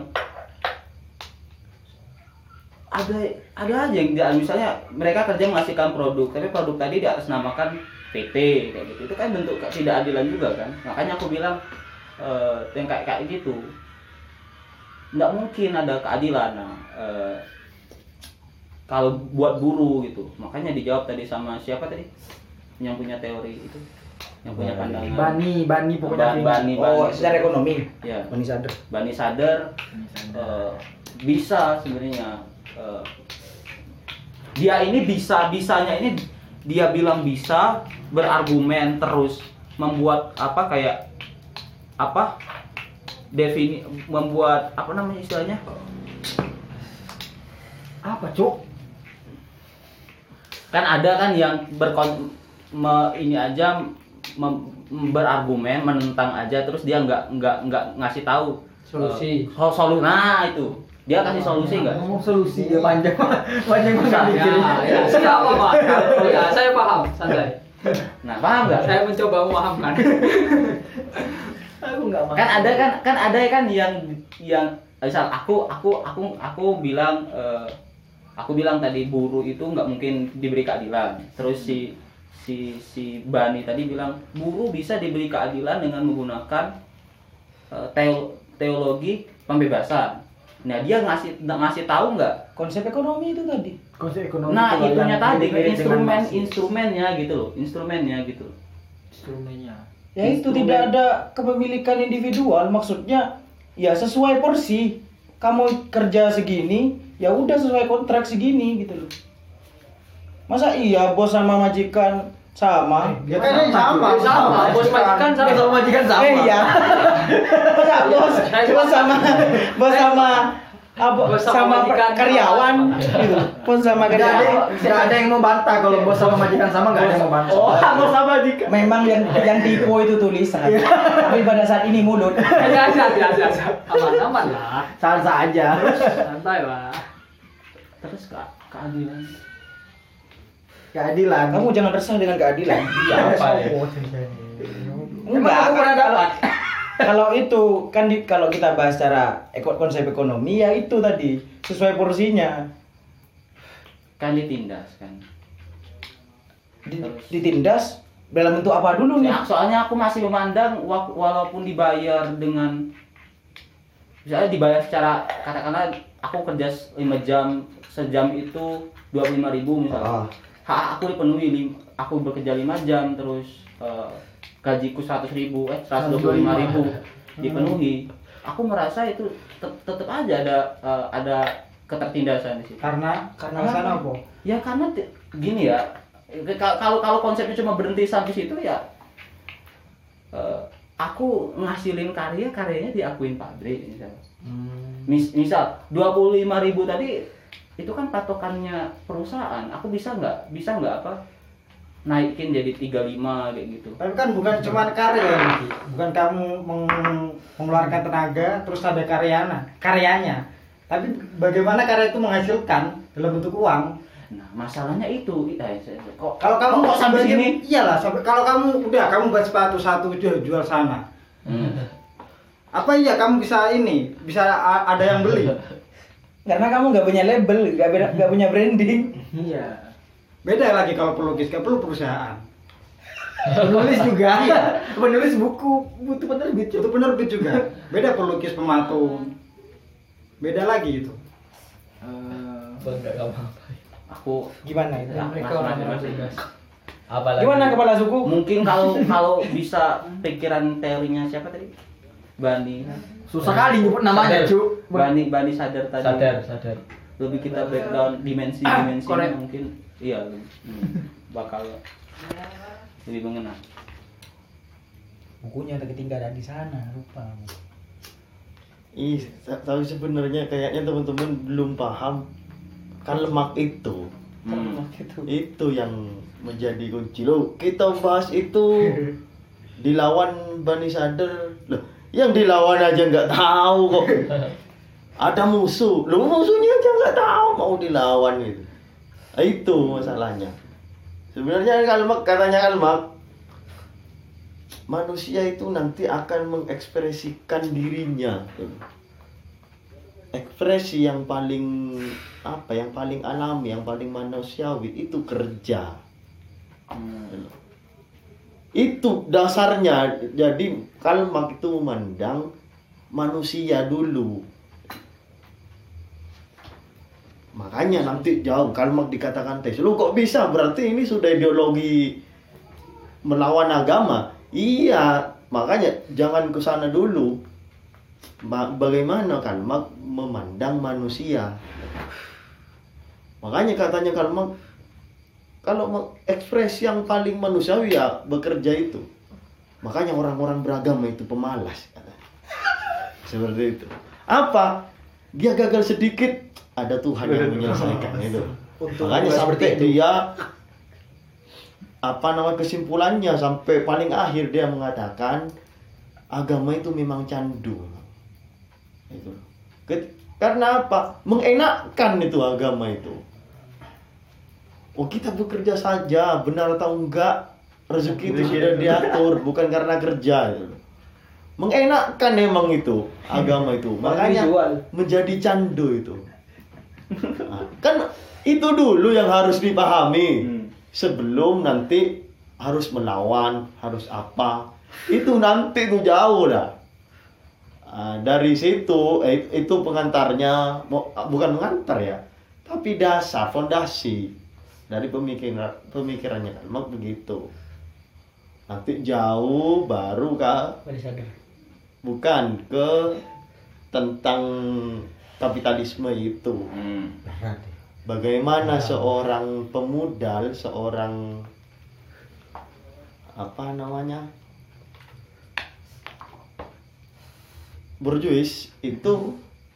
ada ada aja yang dia- misalnya mereka kerja menghasilkan produk, tapi produk tadi diatasnamakan P T kayak gitu. Itu kan bentuk ketidakadilan juga kan. Makanya aku bilang eh, yang kayak kayak gitu nggak mungkin ada keadilan. Nah, eh, kalau buat buruh gitu, makanya dijawab tadi sama siapa tadi yang punya teori itu, yang punya pandangan. Bani, bani pokoknya. Bani, Bani, Oh, Bani. secara ekonomi. Ya, Bani sadar. Bani sadar eh, bisa sebenarnya eh, dia ini bisa bisanya ini dia bilang bisa berargumen terus membuat apa kayak apa defini membuat apa namanya istilahnya Apa, Cuk? kan ada kan yang berkon me- ini aja mem- berargumen menentang aja terus dia nggak nggak nggak ngasih tahu Solusi. eh, solu nah itu dia kasih solusi nggak Ngomong solusi ya panjang. Panjang banget Ya, mikirnya. ya, saya apa, Pak? Oh, ya, saya paham, santai. nah paham nggak Saya mencoba memahamkan. Aku enggak kan ada kan kan ada kan yang yang misal aku aku aku aku bilang eh, aku bilang tadi buruh itu nggak mungkin diberi keadilan terus si si si Bani tadi bilang buruh bisa diberi keadilan dengan menggunakan eh, teo- teologi pembebasan. Nah dia ngasih ngasih tahu nggak? Konsep ekonomi itu tadi. konsep ekonomi. Nah itu itunya yang tadi mirip-mirip dengan instrumen Marxis. instrumennya gitu loh instrumennya gitu. instrumennya. Ya itu tidak ada kepemilikan individual, maksudnya ya sesuai porsi. Kamu kerja segini, ya udah sesuai kontrak segini gitu loh. Masa iya bos sama majikan sama? Ya kan sama, Sama, bos majikan sama. sama majikan sama. Eh iya. Masa bos, bos sama bos sama apa Bos sama sama majikan karyawan gitu. Bos sama Nggak ada, karyawan. nggak ada yang mau bantah kalau bos sama majikan sama nggak ada yang mau bantah. Oh, sama Dika. Memang yang yang tipu itu tulisan, tapi pada saat ini mulut. Ya, ya, ya, ya, ya. Aman-aman lah. Salsa aja. Santai lah. Terus ke keadilan. Keadilan. Kamu jangan resah dengan keadilan. Apa ya? Enggak, aku pernah dapat. Kalau itu kan di, kalau kita bahas secara eko, konsep ekonomi ya itu tadi sesuai porsinya. Kan ditindas kan. Di, ditindas dalam bentuk apa dulu nih? Ya, soalnya aku masih memandang wa- walaupun dibayar dengan misalnya dibayar secara katakanlah aku kerja lima jam, sejam itu dua puluh lima ribu misalnya. Ah. Hak aku dipenuhi, lim- aku bekerja lima jam terus eh, gajiku seratus ribu, eh seratus dua puluh lima ribu dipenuhi. Aku merasa itu tet- tetap aja ada eh, ada ketertindasan di situ. Karena karena sana apa? Ya karena ti- gini ya, ke- kalau kalau konsepnya cuma berhenti sampai situ ya, eh, aku ngasilin karya, karyanya diakuin pabrik misalnya. Mis- misal dua puluh lima ribu tadi itu kan patokannya perusahaan. Aku bisa nggak bisa nggak apa naikin jadi tiga puluh lima kayak gitu. Tapi kan bukan cuma karya, Niki. Bukan kamu meng- mengeluarkan tenaga terus ada karyana, karyanya. Tapi bagaimana karya itu menghasilkan dalam bentuk uang? Nah masalahnya itu, eh, saya- saya- kok Kalau kamu kok sampai sebagai- sini? iyalah, sampai kalau kamu udah kamu buat sepatu satu jual jual sana. Hmm. Apa iya kamu bisa ini, bisa a- ada yang beli? Karena kamu nggak punya label, nggak beda- nggak punya branding. Iya. Beda lagi kalau pelukis, kan perlu perusahaan. Penulis juga. Penulis buku butuh penerbit. Butuh penerbit juga. Beda pelukis pematung. Beda lagi itu. Enggak apa-apa. Aku Gimana itu? Nah, Mereka mas- orang-orang mas- bebas. Apalagi Gimana kepala suku? mungkin kalau kalau bisa pikiran teorinya siapa tadi? Bani. Susah kali nyebut namanya, Sadar. Cu. Bani Bani sadar tadi. sadar, sadar. Lebih kita breakdown dimensi-dimensi korek. mungkin iya hmm, bakal lebih mengena. Bukunya ketinggalan di sana, lupa. Ih, ta- tapi sebenarnya kayaknya teman-teman belum paham kan lemak itu. Hmm. Itu yang menjadi kunci. Loh, kita bahas itu dilawan Bani Sadar. Loh, yang dilawan aja nggak tahu kok. Ada musuh. Loh, musuhnya aja nggak tahu mau dilawan gitu. Nah, itu masalahnya. Sebenarnya Kalmak katanya Kalmak manusia itu nanti akan mengekspresikan dirinya. Ekspresi yang paling apa yang paling alami, yang paling manusiawi itu kerja. Hmm. Itu dasarnya. Jadi Kalmak itu memandang manusia dulu. Makanya nanti jauh Kalmak dikatakan tes. Lu kok bisa? Berarti ini sudah ideologi melawan agama. Iya, makanya jangan ke sana dulu. Ba- Bagaimana Kalmak memandang manusia? Makanya katanya Kalmak kalau me- ekspresi yang paling manusiawi ya bekerja itu. Makanya orang-orang beragama itu pemalas katanya. Seperti itu. Apa? Dia gagal sedikit, ada Tuhan yang menyelesaikan itu. Makanya sampai dia apa nama kesimpulannya sampai paling akhir dia mengatakan agama itu memang candu. Itu. Ket- Karena apa? Mengenakkan itu agama itu. Oh kita bekerja saja, benar atau enggak rezeki itu sudah diatur, bukan karena kerja. Gitu. Mengenakkan emang itu agama itu, makanya menjadi candu itu. Nah, kan itu dulu yang harus dipahami sebelum nanti harus melawan, harus apa. Itu nanti itu jauh dah. Nah, dari situ eh, itu pengantarnya, mo- bukan pengantar ya, tapi dasar, fondasi dari pemikiran pemikirannya Kalmak begitu. Nanti jauh baru kak bukan ke tentang kapitalisme itu. Hmm. Bagaimana seorang pemuda, seorang apa namanya borjuis itu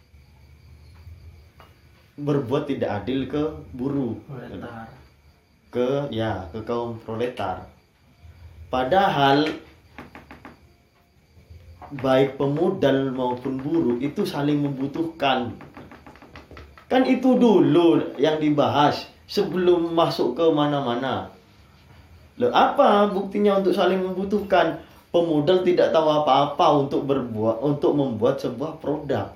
berbuat tidak adil ke buruh, ke ya ke kaum proletar. Padahal baik pemodal maupun buruh itu saling membutuhkan. Kan itu dulu yang dibahas sebelum masuk ke mana-mana. Loh, apa buktinya untuk saling membutuhkan? Pemodal tidak tahu apa-apa untuk berbuat untuk membuat sebuah produk.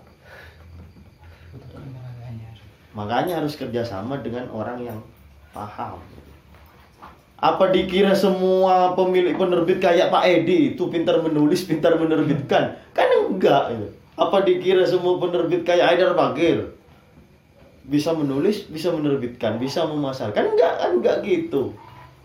Makanya harus kerjasama dengan orang yang paham. Apa dikira semua pemilik penerbit kayak Pak Edi itu pintar menulis, pintar menerbitkan? Kan enggak. Apa dikira semua penerbit kayak Haidar Bagir bisa menulis, bisa menerbitkan, bisa memasarkan? Enggak, kan enggak gitu.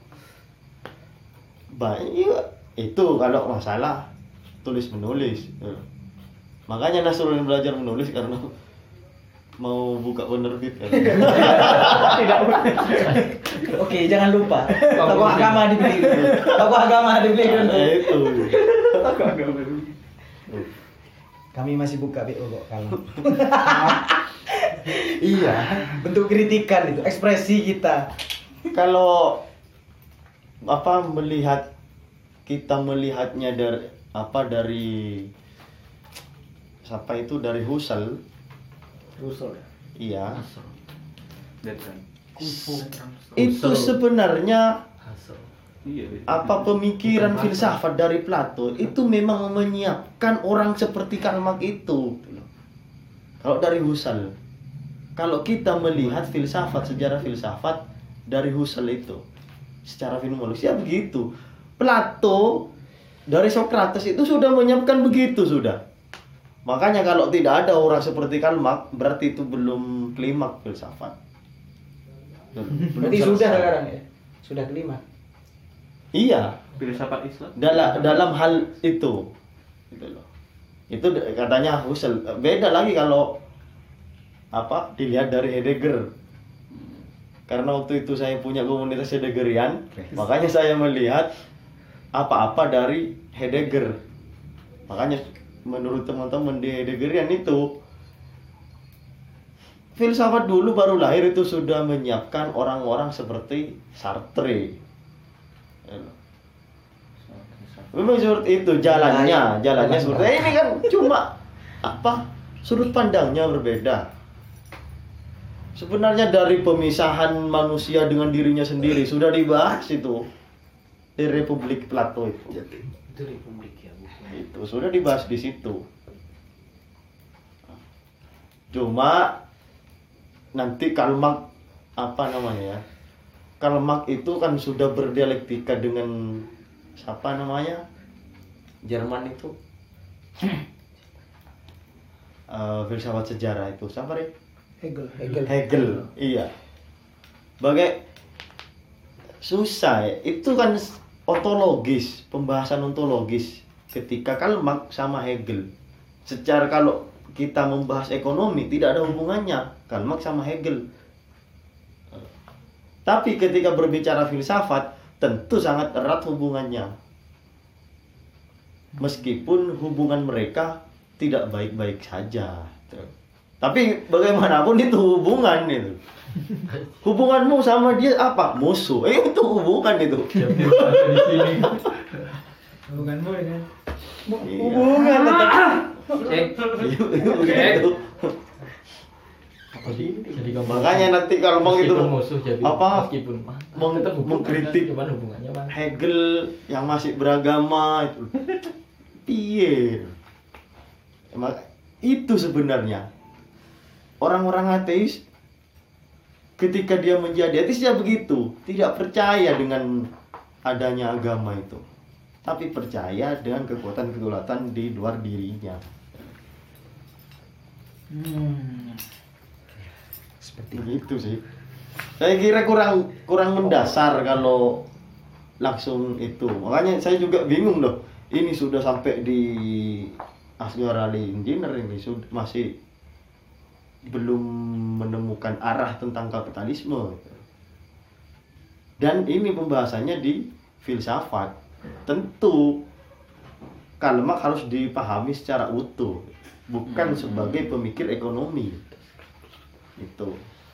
Banyak itu kalau masalah tulis menulis. Makanya Nasrullah belajar menulis karena mau buka penerbit kan. Tidak. Oke, jangan lupa. Tokoh agama dibeli. Tokoh agama dibeli dulu. Nah, itu. Tokoh agama dibeli. Kami masih buka B O kok kalau. Iya, bentuk kritikan itu, ekspresi kita. Kalau apa melihat kita melihatnya dari apa dari siapa itu dari Husserl. Rusul. Iya. Deadline. Itu sebenarnya Iya. apa pemikiran filsafat dari Plato itu memang menyiapkan orang seperti Karl Marx itu. Kalau dari Husserl, kalau kita melihat filsafat, sejarah filsafat dari Husserl itu secara fenomenologis ya begitu. Plato dari Socrates itu sudah menyiapkan begitu sudah. Makanya kalau tidak ada orang seperti Karl Marx berarti itu belum klimaks filsafat. Belum Berarti selesai. sudah sekarang ya. Sudah kelima. Iya. Filsafat Islam. Dalam dalam hal itu. Gitu loh. Itu katanya Husserl. Beda lagi kalau apa dilihat dari Heidegger. Karena waktu itu saya punya komunitas Heideggerian, makanya saya melihat apa-apa dari Heidegger. Makanya menurut teman-teman di Heideggerian itu filsafat dulu baru lahir itu sudah menyiapkan orang-orang seperti Sartre. Memang seperti itu jalannya, jalannya seperti ini kan cuma apa sudut pandangnya berbeda. Sebenarnya dari pemisahan manusia dengan dirinya sendiri sudah dibahas itu di Republik Plato itu. Itu Republik ya, bukan. Itu sudah dibahas di situ. Cuma nanti Karl Marx apa namanya ya? Karl Marx itu kan sudah berdialektika dengan siapa namanya? Jerman itu. uh, filsafat sejarah itu siapa deh? Hegel. Hegel. Hegel. Iya. Bagai susah ya. Itu kan ontologis, pembahasan ontologis ketika Karl Marx sama Hegel. Secara kalau kita membahas ekonomi tidak ada hubungannya Karl Marx sama Hegel. Tapi ketika berbicara filsafat tentu sangat erat hubungannya. Meskipun hubungan mereka tidak baik-baik saja. Tapi bagaimanapun itu hubungan itu. Hubunganmu sama dia apa? Musuh. Eh itu hubungan itu. Hubunganmu dengan Hubungan tetap. Cek. Gitu. Jadi kamu Makanya nanti kalau mau itu meskipun musuh jadi apa meskipun meng- tetap hubungan, mengkritik cuman hubungannya Bang. Hegel yang masih beragama itu. Piye? Emang itu sebenarnya orang-orang ateis ketika dia menjadi ateis ya begitu, tidak percaya dengan adanya agama itu, tapi percaya dengan kekuatan-kekuatan di luar dirinya. Hmm. Seperti itu sih. Saya kira kurang kurang mendasar kalau langsung itu. Makanya saya juga bingung loh. Ini sudah sampai di Asghar Ali Engineer ini sudah masih belum menemukan arah tentang kapitalisme. Dan ini pembahasannya di filsafat. Tentu Karl Marx harus dipahami secara utuh, bukan sebagai pemikir ekonomi. Itu.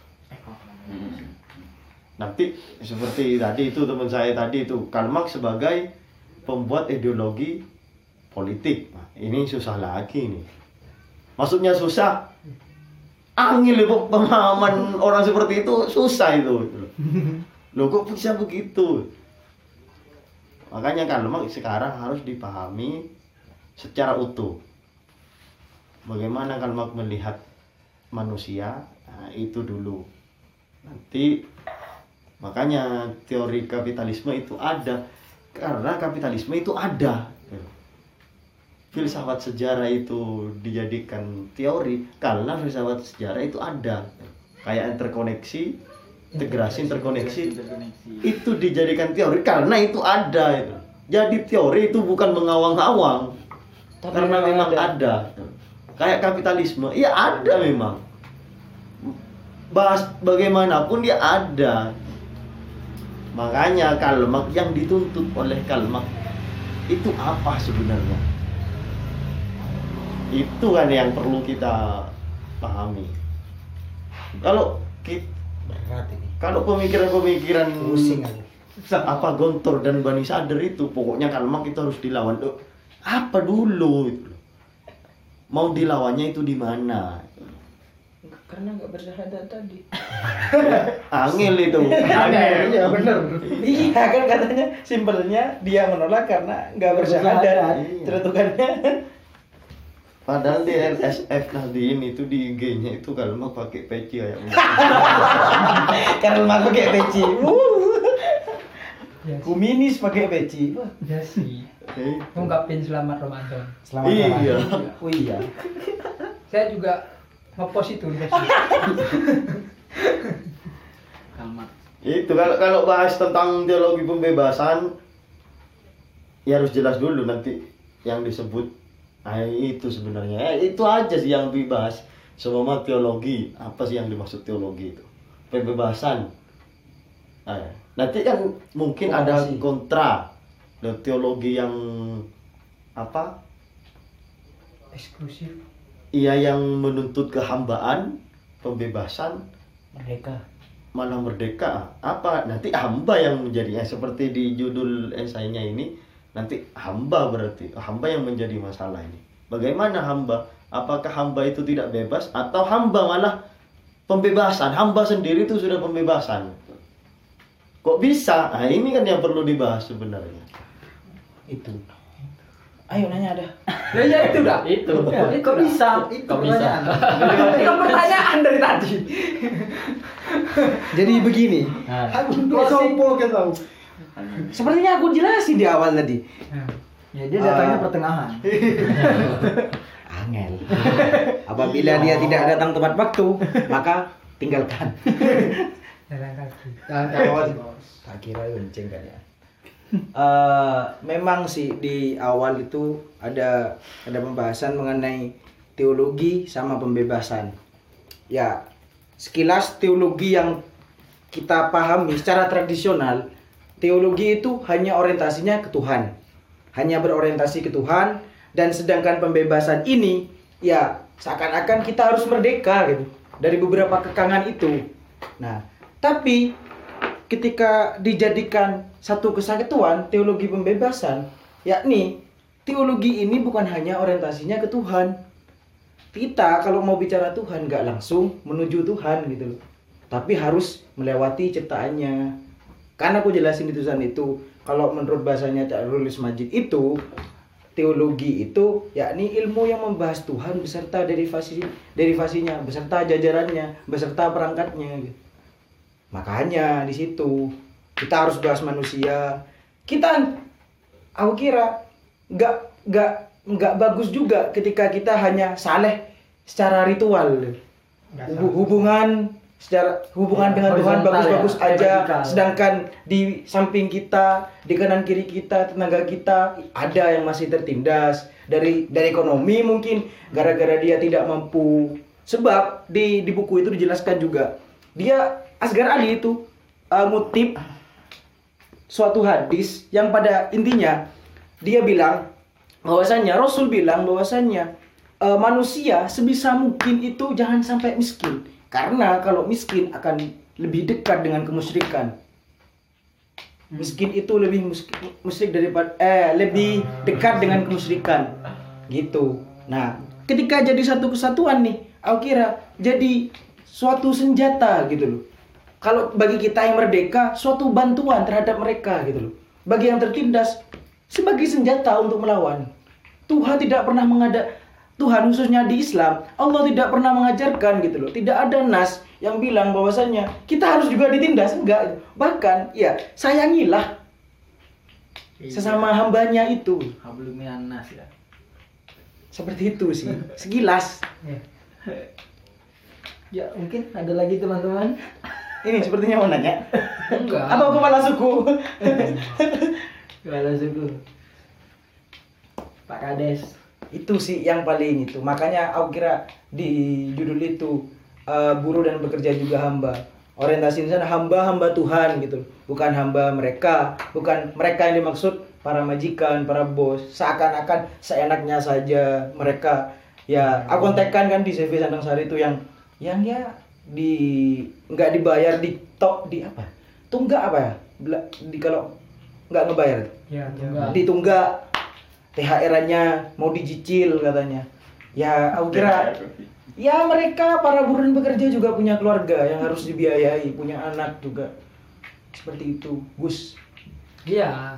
Nanti seperti tadi itu teman saya tadi itu Karl Marx sebagai pembuat ideologi politik. Nah, ini susah lagi nih. Maksudnya susah. Angin loh pemahaman orang seperti itu susah itu. Loh kok bisa begitu? Makanya Karl Marx sekarang harus dipahami secara utuh. Bagaimana Karl Marx melihat manusia? Nah, itu dulu. Nanti makanya teori kapitalisme itu ada karena kapitalisme itu ada. Filsafat sejarah itu dijadikan teori karena filsafat sejarah itu ada. Kayak interkoneksi, integrasi, interkoneksi itu dijadikan teori karena itu ada. Jadi teori itu bukan mengawang-awang karena memang ada. Kayak kapitalisme, iya ada memang. Bahas bagaimanapun dia ada. Makanya Karl Marx yang dituntut oleh Karl Marx itu apa sebenarnya? Itu kan yang perlu kita pahami. Kalau kita, Berat ini. kalau pemikiran-pemikiran Pusing aku. apa Gontor dan Bani Sadr itu pokoknya Karl Marx itu harus dilawan. Loh, apa dulu itu? Mau dilawannya itu di mana? Karena nggak bersyahadat tadi. Angel itu. Angel, iya bener. Iya kan katanya simpelnya dia menolak karena nggak bersyahadat. Iya. Terutukannya. Padahal di L S F Nahdien itu di I G-nya itu Karl Marx pakai peci kayak gitu. Karl Marx pakai peci. Kuminis pakai peci. Wah, Ya sih. Eh, Ungkapin selamat Ramadan. Selamat Iya. Ramadan. oh iya. Saya juga ngepost itu. Kalmat. Itu kalau kalau bahas tentang teologi pembebasan ya harus jelas dulu nanti yang disebut. Nah, itu sebenarnya eh, itu aja sih yang dibahas. Semua teologi, apa sih yang dimaksud teologi itu? Pembebasan. Nah, nanti kan mungkin ada kontra dan teologi yang apa? Eksklusif. Iya yang menuntut kehambaan, pembebasan, Merdeka. malah merdeka. Apa nanti hamba yang menjadinya seperti di judul esainya ini nanti hamba berarti hamba yang menjadi masalah ini. Bagaimana hamba? Apakah hamba itu tidak bebas atau hamba malah pembebasan? Hamba sendiri itu sudah pembebasan. Kok bisa? Nah, ini kan yang perlu dibahas sebenarnya. Itu. Ayo nanya ada. Ya, ya itu dah. Itu. Kok bisa? Itu Kok bisa? pertanyaan. Itu pertanyaan dari tadi. Jadi begini. Nah, Aku dua sopo kan tahu. Sepertinya aku jelasin di awal tadi. Ya dia datangnya Ah. pertengahan. Angel. Apabila dia tidak datang tepat waktu, maka tinggalkan. Jalan kaki. Jangan kawat bos. Tak kira lonceng kan ya. Eh, memang sih di awal itu ada ada pembahasan mengenai teologi sama pembebasan. Ya, sekilas teologi yang kita pahami secara tradisional, teologi itu hanya orientasinya ke Tuhan. Hanya berorientasi ke Tuhan, dan sedangkan pembebasan ini ya seakan-akan kita harus merdeka gitu dari beberapa kekangan itu. Nah, tapi ketika dijadikan satu kesatuan teologi pembebasan, yakni teologi ini bukan hanya orientasinya ke Tuhan. Kita kalau mau bicara Tuhan nggak langsung menuju Tuhan gitu loh, tapi harus melewati ciptaannya. Karena aku jelasin di tulisan itu, kalau menurut bahasanya Cak Rulis Majid itu, teologi itu yakni ilmu yang membahas Tuhan beserta derivasi derivasinya, beserta jajarannya, beserta perangkatnya gitu. Makanya di situ kita harus bahas manusia. Kita, aku kira nggak nggak nggak bagus juga ketika kita hanya saleh secara ritual. Hub- hubungan secara hubungan dengan Tuhan Horizontal bagus-bagus ya, aja, vertikal. sedangkan di samping kita, di kanan kiri kita, tetangga kita ada yang masih tertindas dari dari ekonomi mungkin gara-gara dia tidak mampu. Sebab di di buku itu dijelaskan juga dia Asghar Ali itu uh, ngutip suatu hadis yang pada intinya dia bilang bahwasannya Rasul bilang bahwasannya uh, manusia sebisa mungkin itu jangan sampai miskin. Karena kalau miskin akan lebih dekat dengan kemusyrikan. Miskin itu lebih musyrik, musyrik daripada eh lebih dekat dengan kemusyrikan. Gitu. Nah, ketika jadi satu kesatuan nih, aku kira jadi suatu senjata gitu loh. Kalau bagi kita yang merdeka, suatu bantuan terhadap mereka gitu loh. Bagi yang tertindas sebagai senjata untuk melawan. Tuhan tidak pernah mengada Tuhan khususnya di Islam, Allah tidak pernah mengajarkan gitu loh. Tidak ada nas yang bilang bahwasannya kita harus juga ditindas, enggak. Bahkan ya sayangilah sesama hambanya itu. Hablum minan nas ya. Seperti itu sih, sekilas. Ya mungkin ada lagi teman-teman. Ini sepertinya mau nanya. Enggak. Atau kepala suku. Kepala suku. Pak Kades. Itu sih yang paling itu. Makanya aku kira di judul itu uh, buruh dan bekerja juga hamba. Orientasi di sana hamba-hamba Tuhan gitu. Bukan hamba mereka, bukan mereka yang dimaksud para majikan, para bos. Seakan-akan seenaknya saja mereka. Ya, aku kontekan kan di C V Sandang Sari itu yang yang ya di nggak dibayar di tok di apa? Tunggak apa ya? Bela- Di kalau nggak ngebayar. Ya, enggak. Ditunggak. T H R-nya mau dicicil katanya. Ya, aku kira ya mereka para buruh dan pekerja juga punya keluarga yang harus dibiayai, punya anak juga. Seperti itu, Gus. Iya.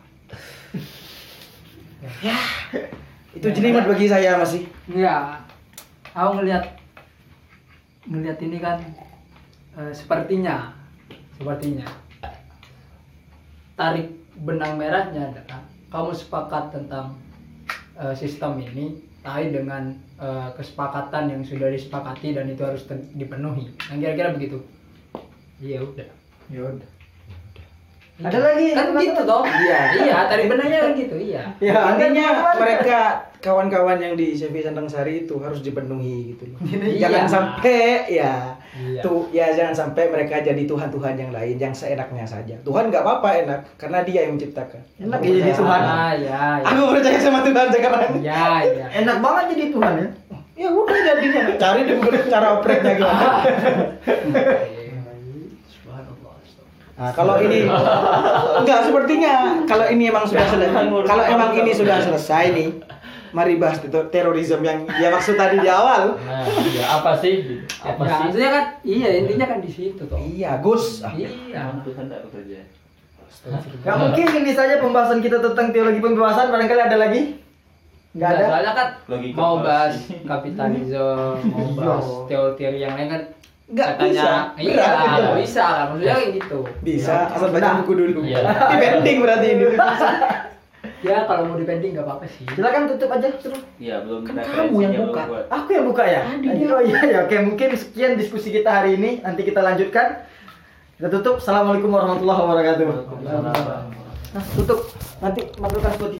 Ya. Itu jelimet bagi saya masih. Iya. Aku ngelihat ngelihat ini kan eh, sepertinya sepertinya tarik benang merahnya adalah kamu sepakat tentang uh, sistem ini terkait dengan uh, kesepakatan yang sudah disepakati dan itu harus ten- dipenuhi. Nah, kira-kira begitu. Iya udah. Ya udah. Ada lagi Kan teman-teman? gitu toh. Iya. Iya, tarik benangnya kan gitu. Iya. Ya, Artinya ada mereka kawan-kawan yang di C V Sandang Sari itu harus dipenuhi gitu loh. Iya. Jangan sampai ya Iya. tuh ya jangan sampai mereka jadi Tuhan-Tuhan yang lain yang seenaknya saja. Tuhan nggak apa-apa enak karena Dia yang menciptakan. Enak ya jadi Tuhan. Ah, ya, ya. Aku percaya sama Tuhan sekarang. Ya, ya. Enak banget jadi Tuhan ya. Ya udah jadi sana. Cari di Google cara operate-nya gimana. Subhanallah. Nah, kalau ini enggak sepertinya kalau ini emang sudah selesai. Kalau emang ini sudah selesai nih, mari bahas itu terorisme yang dia maksud tadi di awal. Nah, ya apa sih? Apa Ya, sih? maksudnya kan iya intinya kan di situ toh. Iya, Gus. Ah, Iya. Tuhan tak bekerja. Ya mungkin ini saja pembahasan kita tentang teologi pembebasan. Barangkali ada lagi? Nggak ada. Soalnya kan Logika mau pasti. bahas kapitalisme, mau Iya. bahas teori-teori yang lain kan Nggak katanya bisa. iya Berat itu. nggak bisa kan maksudnya kayak gitu. Bisa, asal baca buku dulu. Iya. Dipending berarti ini. Ya kalau mau dipending nggak apa-apa sih. Silakan tutup aja, suruh. Iya, belum Kan referensinya kamu yang belum buka. buat. Aku yang buka ya? Oh iya ya, oke mungkin sekian diskusi kita hari ini. Nanti kita lanjutkan. Kita tutup. Assalamualaikum warahmatullahi wabarakatuh. Nah, tutup. Nanti masukkan Spotify.